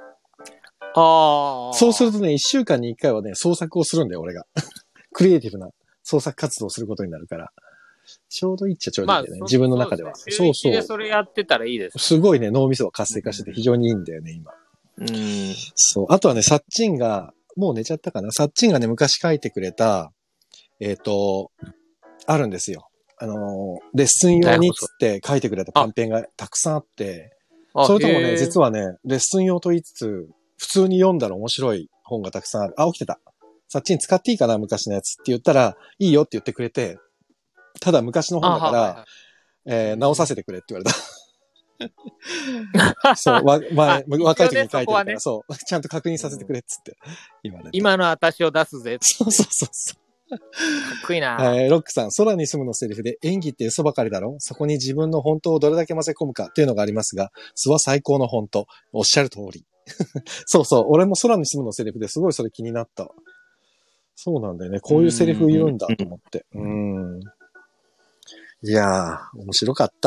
ああ。 そうするとね、一週間に一回はね、創作をするんだよ、俺が。クリエイティブな創作活動をすることになるから。ちょうどいいっちゃちょうどいいんだよね。まあ、自分の中では。 そうそう。週一でそれやってたらいいです。 すごいね、脳みそが活性化してて非常にいいんだよね、今。 うん。 そう。あとはね、サッチンが、もう寝ちゃったかな。サッチンがね、昔書いてくれた、えっと、あるんですよ。あの、レッスン用にっつって書いてくれた短編がたくさんあって、それともね、実はね、レッスン用と言いつつ、普通に読んだら面白い本がたくさんある。あ、起きてた。サッチン使っていいかな昔のやつって言ったら、いいよって言ってくれて、ただ昔の本だから、はいはい、えー、直させてくれって言われた。そう、わ、まあ、若い時に書いてるから、ね、そう、ちゃんと確認させてくれっつって言われて。 今の私を出すぜ。 そうそうそうそう。 かっこいいな、 えー、ロックさん、空に住むのセリフで演技って嘘ばかりだろ？そこに自分の本当をどれだけ混ぜ込むかっていうのがありますが、素は最高の本当。おっしゃる通り。そうそう、俺も空に住むのセリフですごいそれ気になった。そうなんだよね。こういうセリフ言うんだと思って。うん。うんいやー、面白かった。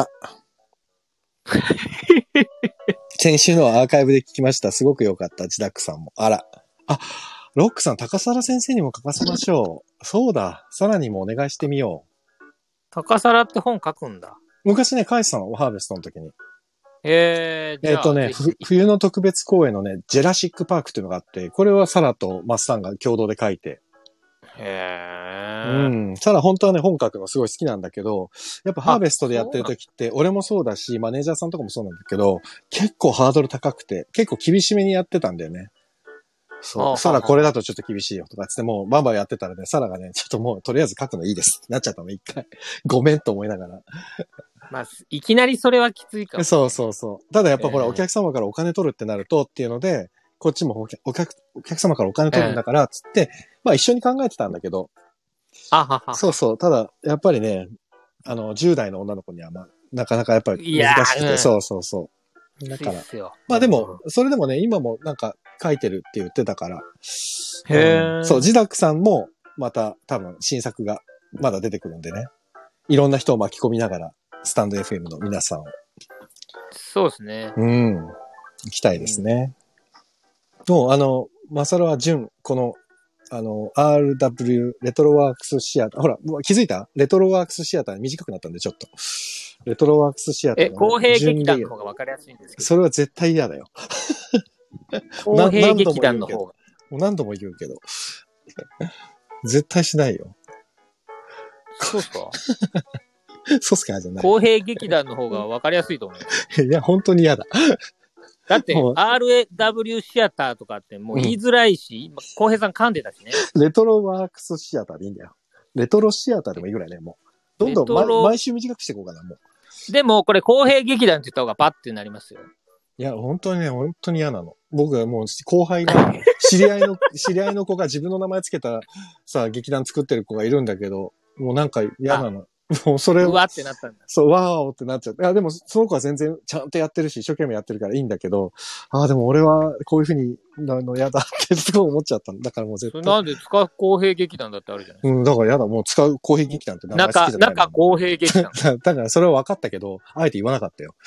先週のアーカイブで聞きました。すごく良かった。ジダックさんも。あら。あ、ロックさん、高皿先生にも書かせましょう。そうだ。さらにもお願いしてみよう。 高皿って本書くんだ。 昔ね、カイさん、ハーベストの時に。 えー、じゃあ。 えっとね、冬の特別公演のね、ジェラシックパークっていうのがあって、これはサラとマッサンが共同で書いて。 へー。 うん。サラ本当はね、本書くのすごい好きなんだけど、やっぱハーベストでやってる時って、俺もそうだし、マネージャーさんとかもそうなんだけど、結構ハードル高くて、結構厳しめにやってたんだよね。そう。サラこれだとちょっと厳しいよとかつって、もうバンバンやってたらね、サラがね、ちょっともうとりあえず書くのいいですってなっちゃったの、一回。ごめんと思いながら。 まあ、いきなりそれはきついかも。 そうそうそう。ただやっぱほら、 えーお客様からお金取るってなるとっていうので、こっちもお客、お客、お客様からお金取るんだから、つって、まあ一緒に考えてたんだけど、 あはは。 そうそう。ただ、やっぱりね、あの、じゅう代の女の子には、まあ、なかなかやっぱり難しくて、 いやーうんそうそうそう。だからきついっ、すよまあでも、それでもね、今もなんか書いてるって言ってたから、 へーうんそう、ジダックさんも、また多分新作がまだ出てくるんでね。いろんな人を巻き込みながら、スタンド エフエム の皆さんを。 そうですね。 うん。行きたいですね。もう、あの、マサルは純、この、あの、アールダブリュー、レトロワークスシアター。ほら、もう気づいたレトロワークスシアター短くなったんで、ちょっと。レトロワークスシアターえ、 のね、 公平劇団準レギュラーの方が分かりやすいんですけど。 それは絶対嫌だよ。 公平劇団の方が。 もう何度も言うけど。絶対しないよ。 そうっすかそうっすかじゃない。 公平劇団の方が分かりやすいと思う。 いや、本当に嫌だ。 だってもう、 アールエーダブリュー シアターとかってもう言いづらいし、今公平さん噛んでたしね。 レトロワークスシアターでいいんだよ。レトロシアターでもいいぐらいね、もう。どんどん、ま、 レトロ毎週短くしていこうかな、もう。 でもこれ公平劇団って言った方がパッてなりますよ。 いや、本当にね、本当に嫌なの。僕はもう後輩が、知り合いの、知り合いの子が自分の名前つけたさ、劇団作ってる子がいるんだけど、もうなんか嫌なの。もうそれを、 うわってなったんだ。 そう、わーおってなっちゃって。いや、でもその子は全然ちゃんとやってるし、一生懸命やってるからいいんだけど、ああ、でも俺はこういう風になるの嫌だってすごい思っちゃったんだからもう絶対。 それなんで使う公平劇団だってあるじゃないですうん、だから嫌だ。もう使う公平劇団って名前好きじゃか。 ない中、中公平劇団。 だだからそれは分かったけど、あえて言わなかったよ。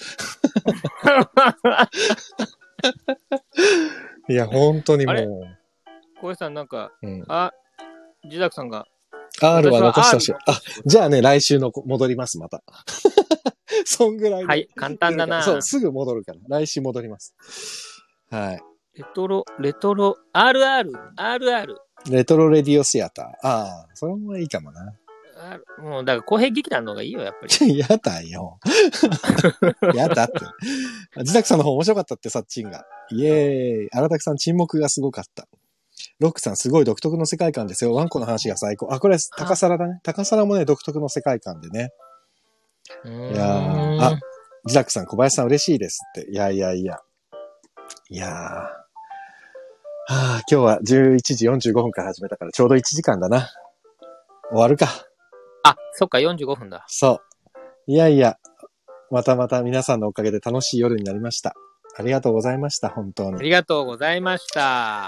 いや、本当にもあれう。 小平さんなんか、 うん、 あ、ジダクさんが。 R は残してほしい。 私は R あ、じゃあね、来週の戻ります、また。そんぐらいで。 はい、簡単だな。 そう、すぐ戻るから。来週戻ります。はい。 レトロ、レトロ、アールアール、アールアール。 レトロレディオシアター。ああ、それもいいかもな。 もう、だから公平劇団の方がいいよ、やっぱり。 やだよ。やだって。自宅さんの方面白かったって、サッチンが。イエーイ。荒拓さん沈黙がすごかった。ロックさんすごい独特の世界観ですよ。ワンコの話が最高。あ、これ高皿だね。高皿もね、独特の世界観でね。いやー。あ、ジダックさん、小林さん嬉しいですって。いやいやいや。いやー。はあ、今日はじゅういちじよんじゅうごふんから始めたからちょうどいちじかんだな。終わるか。 あ、そっか、よんじゅうごふんだ。 そう。いやいや。またまた皆さんのおかげで楽しい夜になりました。ありがとうございました、本当に。 ありがとうございました。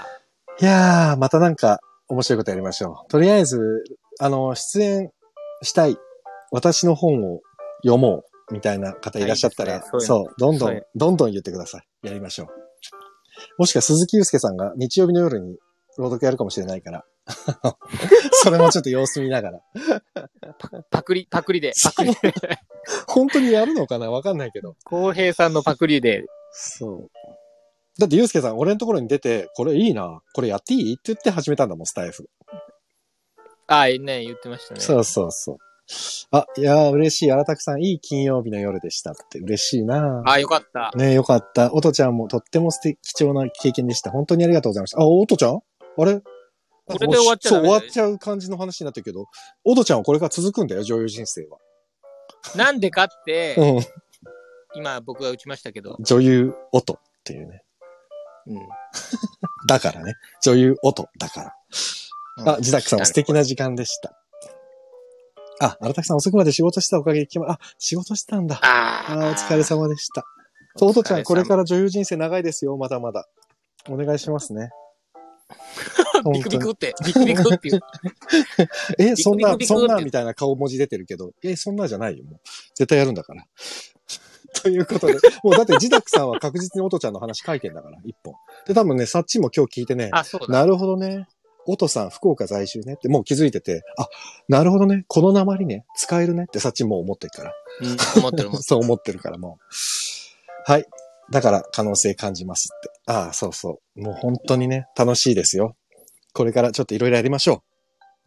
いやー、またなんか面白いことやりましょう。とりあえず、あの、出演したい、私の本を読もう、みたいな方いらっしゃったら、 はいそういうそう、どんどんそういう、 どんどん言ってください。やりましょう。もしくは鈴木祐介さんが日曜日の夜に朗読やるかもしれないから、それもちょっと様子見ながら。 パパクリ、パクリで、パクリで。 本当にやるのかなわかんないけど。 浩平さんのパクリで。 そう。だって、ゆうすけさん、俺のところに出て、これいいな、これやっていいって言って始めたんだもん、スタイフ。 ああ、ね、言ってましたね。 そうそうそう。あ、いやー、嬉しい。荒拓さん、いい金曜日の夜でしたって。嬉しいなああ、よかった。 ねえ、よかった。おとちゃんもとっても素敵、貴重な経験でした。本当にありがとうございました。あ、おとちゃんあれこれで終わっちゃう。 そう、終わっちゃう感じの話になってるけど、おとちゃんはこれから続くんだよ、女優人生は。 なんでかって、 うん。 今僕が打ちましたけど。 女優音っていうね。 うん。 だからね。女優音だから。 うん、 あ、自宅さんも素敵な時間でした。あ、荒拓さん遅くまで仕事したおかげで来ま、あ、仕事したんだ。 ああーお疲れ様でした。そう、おとちゃん、これから女優人生長いですよ、まだまだ。お願いしますね。 ビクビクって、ビクビクっていう。 え、そんな、 ビクビクビクってそんなみたいな顔文字出てるけど、え、そんなじゃないよ、もう。絶対やるんだから。ということで、もうだって自宅さんは確実におとちゃんの話書いてんだから、一本。で、多分ね、さっちも今日聞いてね、 あ、そうだ。 なるほどね。おとさん、福岡在住ねってもう気づいてて、あ、なるほどね。この鉛ね、使えるねってさっちもう思ってるから。 うん、思ってるもん。 そう思ってるからもう。はい。だから可能性感じますって。ああ、そうそう。もう本当にね、楽しいですよ。これからちょっといろいろやりましょう。はい。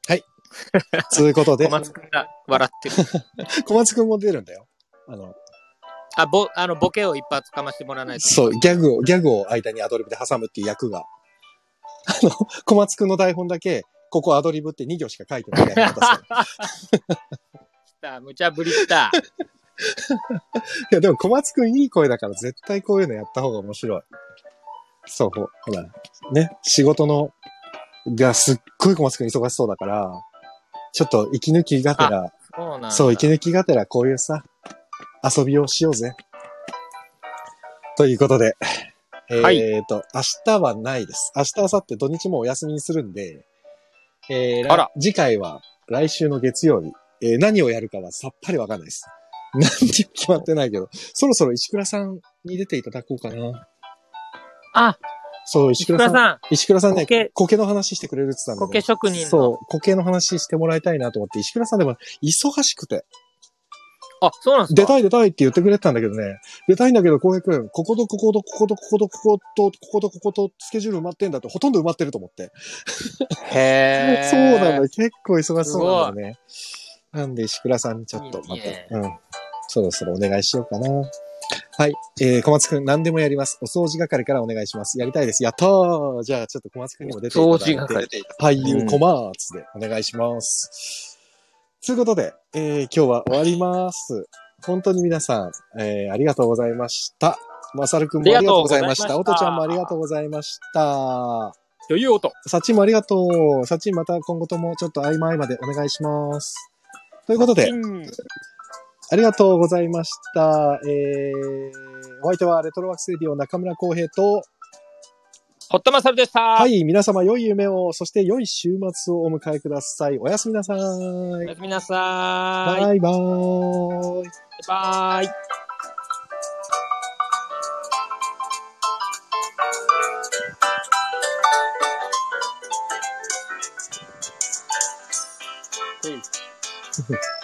ということで、 小松くんが笑ってる。 小松くんも出るんだよ。あの、 あ、ぼ、あの、ボケを一発かましてもらわないと。 そう、ギャグを、ギャグを間にアドリブで挟むっていう役が、あの、小松くんの台本だけ、ここアドリブってに行しか書いてないやり方する。 来た、無茶ぶり来た。 いや、でも小松くんいい声だから絶対こういうのやった方が面白い。そう、ほら、ね、仕事の、がすっごい小松くん忙しそうだから、ちょっと息抜きがてら、 そうなんだ。 そう、息抜きがてらこういうさ、遊びをしようぜ。ということで、 はいえっと、明日はないです。明日、明後日土日もお休みにするんで、えー、 あら次回は来週の月曜日、えー、何をやるかはさっぱりわかんないです。何にも決まってないけど、そろそろ石倉さんに出ていただこうかな。 あ、 そう、石倉さん。 石倉さん。 石倉さんね、 苔苔の話してくれるって言ってたんで、 苔職人の。 そう、苔の話してもらいたいなと思って、石倉さんでも忙しくて。 あ、そうなんですか？ 出たい出たいって言ってくれてたんだけどね。出たいんだけど、浩平くん、こことこことこことこことこことこことこことスケジュール埋まってんだって、ほとんど埋まってると思って。 へー。 そうなんだ。結構忙しそうなんだよね。なんで、石倉さんにちょっとまた、 いいねうん。そろそろお願いしようかな。はい。えー、小松くん、何でもやります。お掃除係からお願いします。やりたいです。やったー。じゃあ、ちょっと小松くんにも出ていただいて。 掃除係。 俳優小松でお願いします。ということで、えー、今日は終わります。本当に皆さん、えー、ありがとうございました。まさるくんもありがとうございました。おとちゃんもありがとうございました。 余裕音。 さっちんもありがとう。さっちんまた今後ともちょっと合間合間でお願いします。ということで、ありがとうございました。えー、お相手はレトロワークスレディオ中村浩平と、 堀田勝でした。 はい、皆様良い夢を、そして良い週末をお迎えください。おやすみなさい。 おやすみなさい。 バイバーイ。 バイバイ。 うん